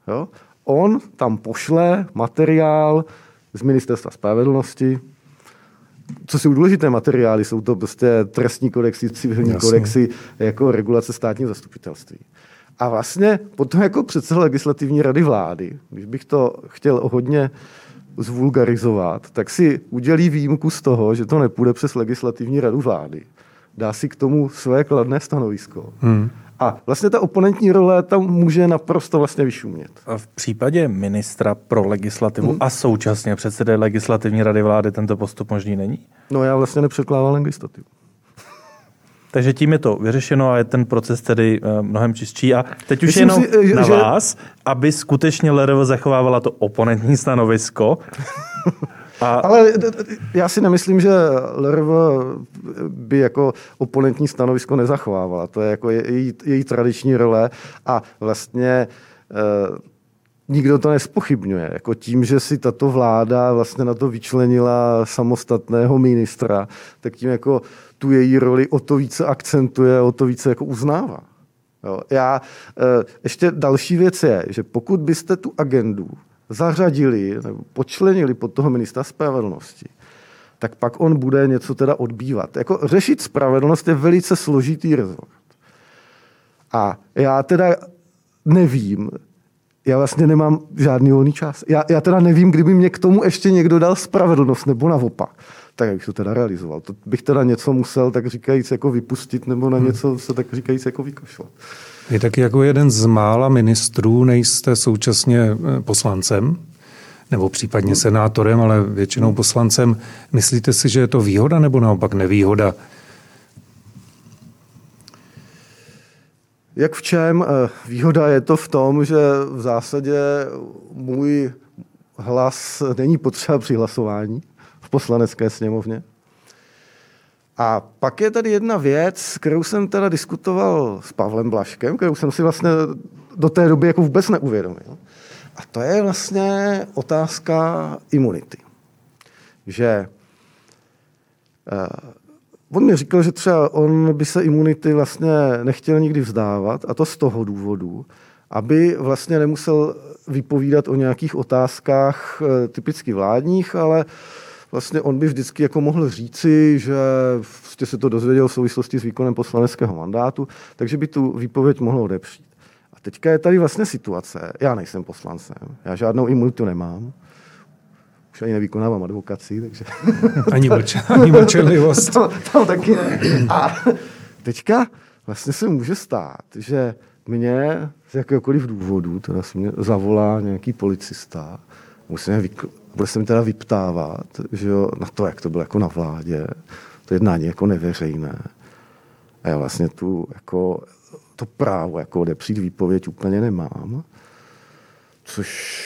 Jo? On tam pošle materiál z Ministerstva spravedlnosti. Co jsou důležité materiály? Jsou to prostě trestní kodexy, civilní kodexy, jako regulace státního zastupitelství. A vlastně potom jako předseda legislativní rady vlády, když bych to chtěl hodně zvulgarizovat, tak si udělí výjimku z toho, že to nepůjde přes legislativní radu vlády. Dá si k tomu své kladné stanovisko. A vlastně ta oponentní role tam může naprosto vlastně vyšumět. A v případě ministra pro legislativu a současně předsedy legislativní rady vlády tento postup možný není? No já vlastně nepřekládám legislativu. Takže tím je to vyřešeno a je ten proces tedy mnohem čistší. A teď už jenom na vás, aby skutečně LRV zachovávala to oponentní stanovisko. Ale já si nemyslím, že LRV by jako oponentní stanovisko nezachovávala. To je jako její tradiční role a vlastně nikdo to nespochybňuje. Jako tím, že si tato vláda vlastně na to vyčlenila samostatného ministra, tak tím jako tu její roli o to více akcentuje, o to více jako uznává. Jo. Ještě další věc je, že pokud byste tu agendu zařadili nebo počlenili pod toho ministra spravedlnosti, tak pak on bude něco teda odbývat. Jako řešit spravedlnost je velice složitý rezort. A já teda nevím, já vlastně nemám žádný volný čas. Já teda nevím, kdyby mě k tomu ještě někdo dal spravedlnost nebo naopak. Tak bych to teda realizoval. To bych teda něco musel, tak říkajíc, jako vypustit nebo na něco se tak říkajíc jako vykašlat. Vy taky jako jeden z mála ministrů nejste současně poslancem, nebo případně senátorem, ale většinou poslancem. Myslíte si, že je to výhoda nebo naopak nevýhoda? Jak v čem? Výhoda je to v tom, že v zásadě můj hlas není potřeba při hlasování v Poslanecké sněmovně. A pak je tady jedna věc, kterou jsem teda diskutoval s Pavlem Blažkem, kterou jsem si vlastně do té doby jako vůbec neuvědomil. A to je vlastně otázka imunity. Že on mi říkal, že třeba on by se imunity vlastně nechtěl nikdy vzdávat, a to z toho důvodu, aby vlastně nemusel vypovídat o nějakých otázkách typicky vládních, ale vlastně on by vždycky jako mohl říci, že vlastně se to dozvěděl v souvislosti s výkonem poslaneckého mandátu, takže by tu výpověď mohlo odepřít. A teďka je tady vlastně situace, já nejsem poslancem, já žádnou imunitu nemám, už ani nevykonávám advokaci, takže... Ani mlčenlivost. Tam taky ne. A teďka vlastně se může stát, že mě z jakéhokoliv důvodu, teda se mě zavolá nějaký policista, bude se mi teda vyptávat, že jo, na to, jak to bylo jako na vládě, to jednání jako neveřejné. A já vlastně to právo jako odepřít výpověď úplně nemám, což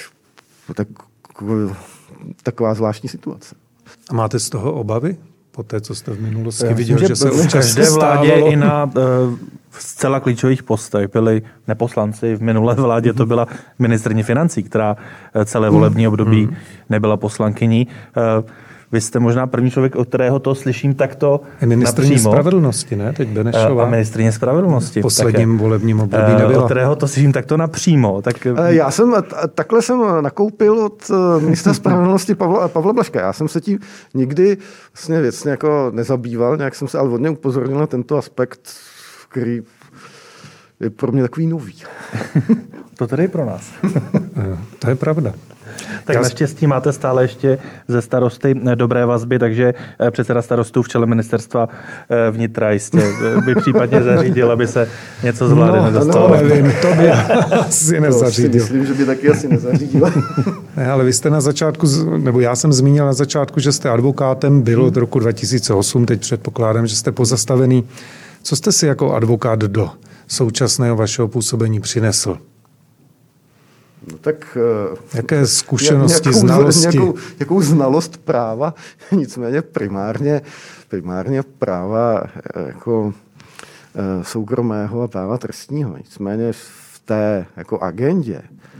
taková zvláštní situace. A máte z toho obavy? Po té, co jste v minulosti viděl, že se v každé vládě i na zcela klíčových postech byli neposlanci. V minulé vládě to byla ministryně financí, která celé volební období nebyla poslankyní. Vy jste možná první člověk, od kterého to slyším takto ministryně spravedlnosti, ne? Teď Benešová. A ministryně spravedlnosti. V posledním volebním období nebyla. Od kterého to slyším takto napřímo. Tak... Takhle jsem nakoupil od ministra spravedlnosti Pavla Blažka. Já jsem se tím nikdy vlastně věcně jako nezabýval, nějak jsem se ale hodně upozornil na tento aspekt, který je pro mě takový nový. To tedy je pro nás. To je pravda. Tak naštěstí máte stále ještě ze starosty dobré vazby, takže předseda starostů v čele ministerstva vnitra jistě by případně zařídil, aby se něco z vlády nedostalo. No, nevím, to by asi nezařídil. Myslím, že by taky asi nezařídil. Ne, ale vy jste na začátku, nebo já jsem zmínil na začátku, že jste advokátem byl od roku 2008, teď předpokládám, že jste pozastavený. Co jste si jako advokát do současného vašeho působení přinesl? No tak, jaké zkušenosti, znalosti? Jakou znalost práva, nicméně primárně práva jako soukromého a práva trestního. Nicméně v té jako agendě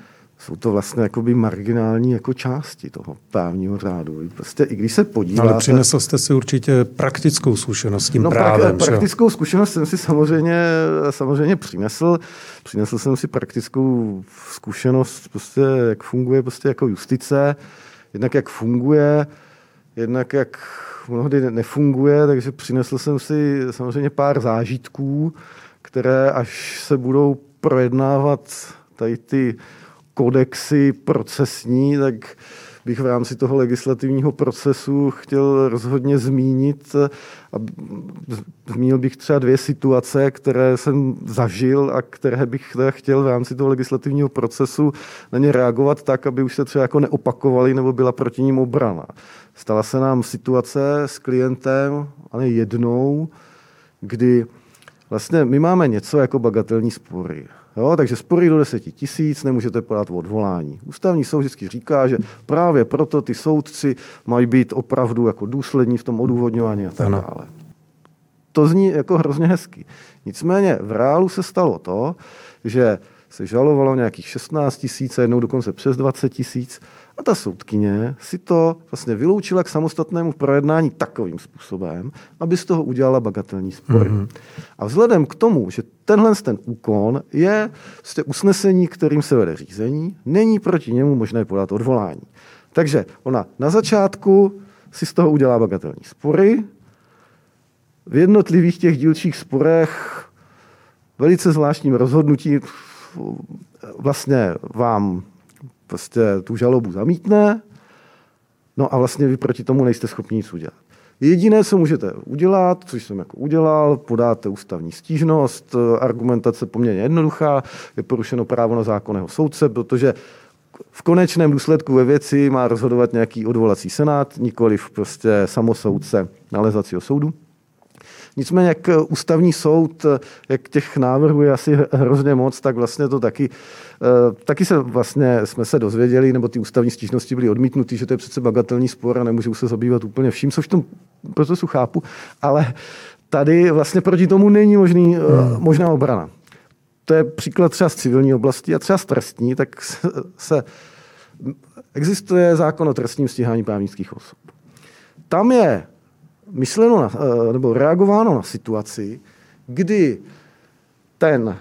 jsou to vlastně jakoby marginální jako části toho právního řádu. Prostě i když se podíváte... Ale přinesl jste si určitě praktickou zkušenost s tím právem. Praktickou zkušenost jsem si samozřejmě přinesl. Přinesl jsem si praktickou zkušenost, prostě, jak funguje prostě jako justice, jednak jak funguje, jednak jak mnohdy nefunguje, takže přinesl jsem si samozřejmě pár zážitků, které až se budou projednávat tady ty kodexy procesní, tak bych v rámci toho legislativního procesu chtěl rozhodně zmínit. A zmínil bych třeba 2 situace, které jsem zažil a které bych chtěl v rámci toho legislativního procesu na ně reagovat tak, aby už se třeba jako neopakovaly nebo byla proti ním obrana. Stala se nám situace s klientem, ale jednou, kdy vlastně my máme něco jako bagatelní spory. Jo, takže spory do 10 000 nemůžete podat odvolání. Ústavní soud vždycky říká, že právě proto ty soudci mají být opravdu jako důslední v tom odůvodňování a tak dále. To zní jako hrozně hezky. Nicméně v reálu se stalo to, že se žalovalo nějakých 16 000, jednou dokonce přes 20 000 a ta soudkyně si to vlastně vyloučila k samostatnému projednání takovým způsobem, aby z toho udělala bagatelní spory. A vzhledem k tomu, že ten úkon je usnesení, kterým se vede řízení, není proti němu možné podat odvolání. Takže ona na začátku si z toho udělá bagatelní spory, v jednotlivých těch dílčích sporech velice zvláštním rozhodnutí vlastně vám prostě tu žalobu zamítne, no a vlastně vy proti tomu nejste schopni nic udělat. Jediné, co můžete udělat, což jsem jako udělal, podáte ústavní stížnost, argumentace poměrně jednoduchá, je porušeno právo na zákonného soudce, protože v konečném důsledku ve věci má rozhodovat nějaký odvolací senát, nikoliv prostě samosoudce nalezacího soudu. Nicméně, jak ústavní soud, jak těch návrhů je asi hrozně moc, tak vlastně to taky se vlastně jsme se dozvěděli, nebo ty ústavní stížnosti byly odmítnuty, že to je přece bagatelní spor a nemůžou se zabývat úplně vším, což v tom procesu chápu, ale tady vlastně proti tomu není možná obrana. To je příklad třeba z civilní oblasti a třeba z trestní, tak existuje zákon o trestním stíhání právnických osob. Tam je myšleno nebo reagováno na situaci, kdy ten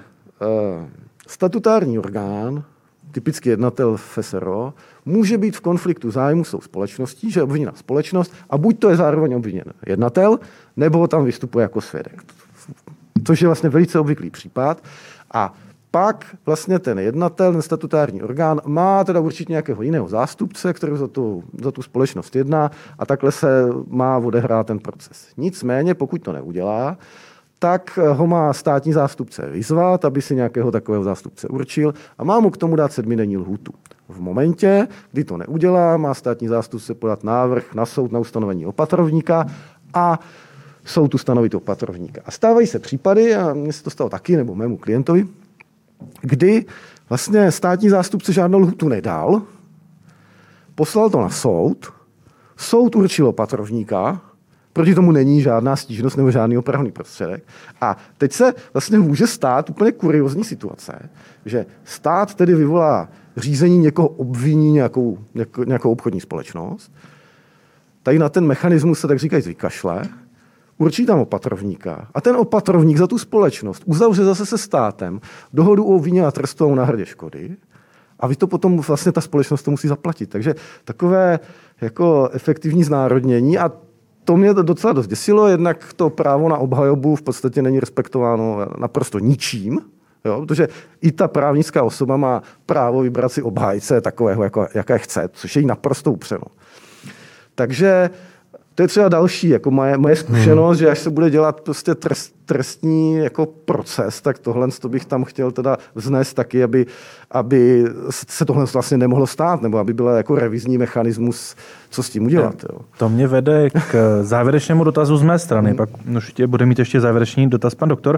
statutární orgán, typicky jednatel FSRO, může být v konfliktu zájmu s tou společností, že je obviněna společnost a buď to je zároveň obviněn jednatel, nebo tam vystupuje jako svědek. Což je vlastně velice obvyklý případ. A pak vlastně ten jednatel, ten statutární orgán má teda určitě nějakého jiného zástupce, který za tu společnost jedná a takhle se má odehrát ten proces. Nicméně, pokud to neudělá, tak ho má státní zástupce vyzvat, aby si nějakého takového zástupce určil a má mu k tomu dát 7denní lhůtu. V momentě, kdy to neudělá, má státní zástupce podat návrh na soud na ustanovení opatrovníka a soud ustanovit opatrovníka. A stávají se případy, a mně se to stalo taky, nebo mému klientovi, kdy vlastně státní zástupce žádnou lhůtu nedal, poslal to na soud, soud určil opatrovníka, proti tomu není žádná stížnost nebo žádný opravný prostředek. A teď se vlastně může stát úplně kuriózní situace, že stát tedy vyvolá řízení, někoho obviní nějakou obchodní společnost, tady na ten mechanismus se tak říkají vykašle, určí tam opatrovníka a ten opatrovník za tu společnost uzavře zase se státem dohodu o obvině a trestu a o náhradě škody a vy to potom vlastně ta společnost to musí zaplatit. Takže takové jako efektivní znárodnění a to mě docela dost děsilo, jednak to právo na obhajobu v podstatě není respektováno naprosto ničím, jo, protože i ta právnická osoba má právo vybrat si obhájce takového, jaké chce, což je jí naprosto upřeno. Takže to je třeba další, jako moje zkušenost, že až se bude dělat prostě trestní jako proces, tak tohle bych tam chtěl teda vznést taky, aby se tohle vlastně nemohlo stát, nebo aby byl jako revizní mechanismus, co s tím udělat. Jo. To mě vede k závěrečnému dotazu z mé strany, pak určitě bude mít ještě závěrečný dotaz pan doktor.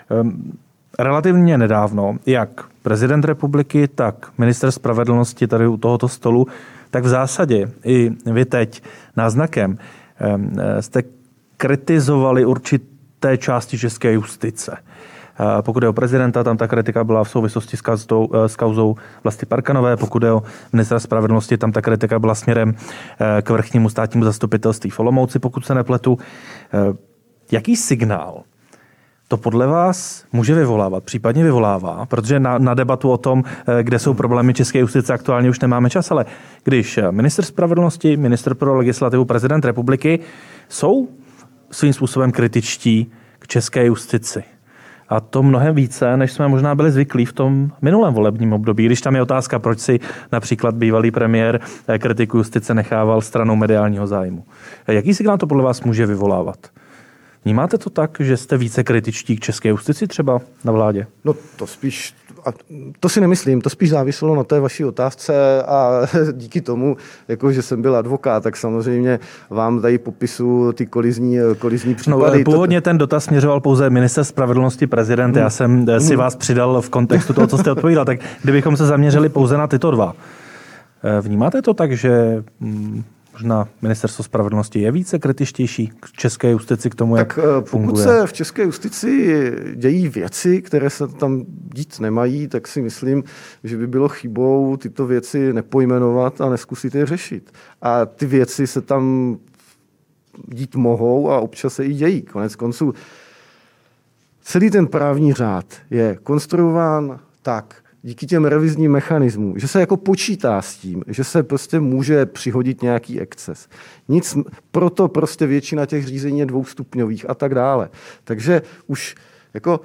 Relativně nedávno, jak prezident republiky, tak ministr spravedlnosti tady u tohoto stolu, tak v zásadě i vy teď náznakem jste kritizovali určité části české justice. Pokud je o prezidenta, tam ta kritika byla v souvislosti s kauzou Vlasty Parkanové. Pokud je o ministra spravedlnosti, tam ta kritika byla směrem k vrchnímu státnímu zastupitelství v Olomouci, pokud se nepletu. Jaký signál to podle vás může vyvolávat, případně vyvolává, protože na debatu o tom, kde jsou problémy české justice, aktuálně už nemáme čas, ale když ministr spravedlnosti, ministr pro legislativu, prezident republiky jsou svým způsobem kritičtí k české justici. A to mnohem více, než jsme možná byli zvyklí v tom minulém volebním období, když tam je otázka, proč si například bývalý premiér kritiku justice nechával stranou mediálního zájmu. Jaký signál to podle vás může vyvolávat? Vnímáte to tak, že jste více kritičtí k české justici třeba na vládě? No to spíš, to si nemyslím, to spíš záviselo na té vaší otázce a díky tomu, jako že jsem byl advokát, tak samozřejmě vám tady popisu ty kolizní případy. No, původně ten dotaz směřoval pouze ministr spravedlnosti, prezident. Já jsem si vás přidal v kontextu toho, co jste odpovídal, tak kdybychom se zaměřili pouze na tyto dva. Vnímáte to tak, že možná ministerstvo spravedlnosti je více kritičtější k české justici, k tomu, jak funguje? Pokud se v české justici dějí věci, které se tam dít nemají, tak si myslím, že by bylo chybou tyto věci nepojmenovat a neskusit je řešit. A ty věci se tam dít mohou a občas se i dějí. Konec konců celý ten právní řád je konstruován tak, díky těm revizním mechanismům, že se jako počítá s tím, že se prostě může přihodit nějaký exces. Proto prostě většina těch řízení je dvoustupňových a tak dále. Takže už jako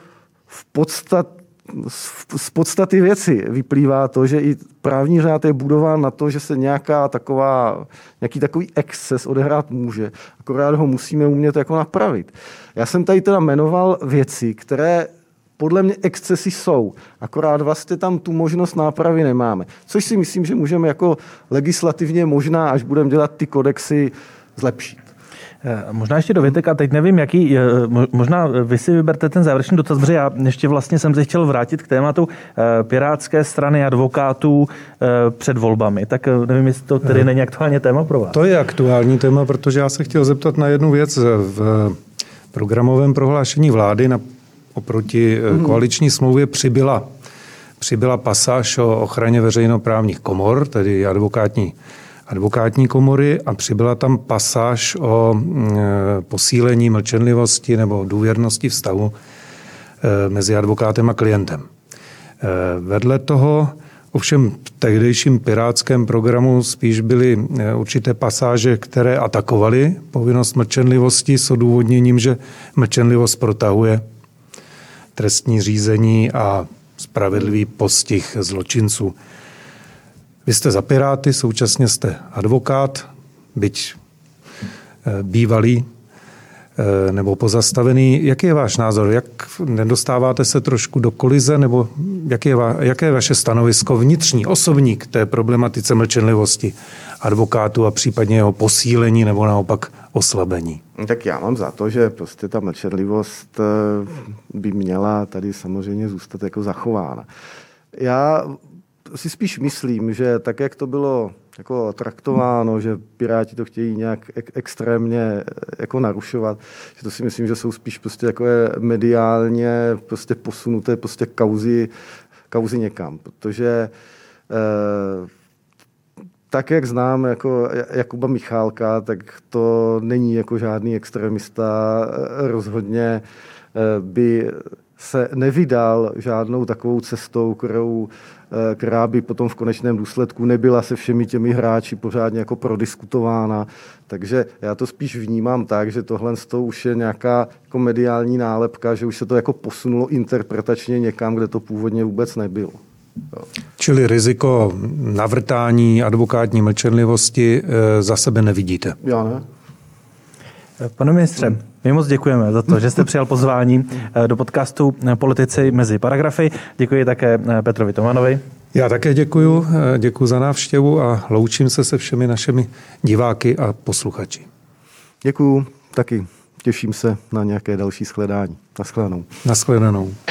z podstaty věci vyplývá to, že i právní řád je budován na to, že se nějaký takový exces odehrát může. Akorát ho musíme umět jako napravit. Já jsem tady teda jmenoval věci, které podle mě excesy jsou, akorát vlastně tam tu možnost nápravy nemáme. Což si myslím, že můžeme jako legislativně možná, až budeme dělat ty kodexy, zlepšit. Možná ještě dovětek, a teď nevím, jaký, možná vy si vyberte ten závěrečný dotaz, protože já ještě vlastně jsem se chtěl vrátit k tématu pirátské strany advokátů před volbami. Tak nevím, jestli to tedy není aktuálně téma pro vás. To je aktuální téma, protože já se chtěl zeptat na jednu věc. V programovém prohlášení vlády oproti koaliční smlouvě přibyla pasáž o ochraně veřejnoprávních komor, tedy advokátní komory, a přibyla tam pasáž o posílení mlčenlivosti nebo důvěrnosti vztahu mezi advokátem a klientem. Vedle toho ovšem v tehdejším pirátském programu spíš byly určité pasáže, které atakovaly povinnost mlčenlivosti s odůvodněním, že mlčenlivost protahuje trestní řízení a spravedlivý postih zločinců. Vy jste za Piráty, současně jste advokát, byť bývalý nebo pozastavený. Jaký je váš názor? Jak nedostáváte se trošku do kolize, nebo jaké je vaše stanovisko vnitřní, osobní k té problematice mlčenlivosti advokátu a případně jeho posílení nebo naopak oslabení? Tak já mám za to, že prostě ta mlčenlivost by měla tady samozřejmě zůstat jako zachována. Já si spíš myslím, že tak, jak to bylo jako traktováno, že Piráti to chtějí nějak extrémně jako narušovat, že to si myslím, že jsou spíš prostě jako mediálně prostě posunuté prostě kauzy někam, protože tak, jak znám jako Jakuba Michálka, tak to není jako žádný extremista, rozhodně by se nevydal žádnou takovou cestou, která by potom v konečném důsledku nebyla se všemi těmi hráči pořádně jako prodiskutována. Takže já to spíš vnímám tak, že tohle už je nějaká jako mediální nálepka, že už se to jako posunulo interpretačně někam, kde to původně vůbec nebylo. Jo. Čili riziko navrtání advokátní mlčenlivosti za sebe nevidíte? Já ne. Pane ministře, my moc děkujeme za to, že jste přijal pozvání do podcastu Politici mezi paragrafy. Děkuji také Petrovi Tomanovi. Já také děkuji za návštěvu a loučím se všemi našimi diváky a posluchači. Děkuji, taky těším se na nějaké další shledání. Naschledanou. Naschledanou.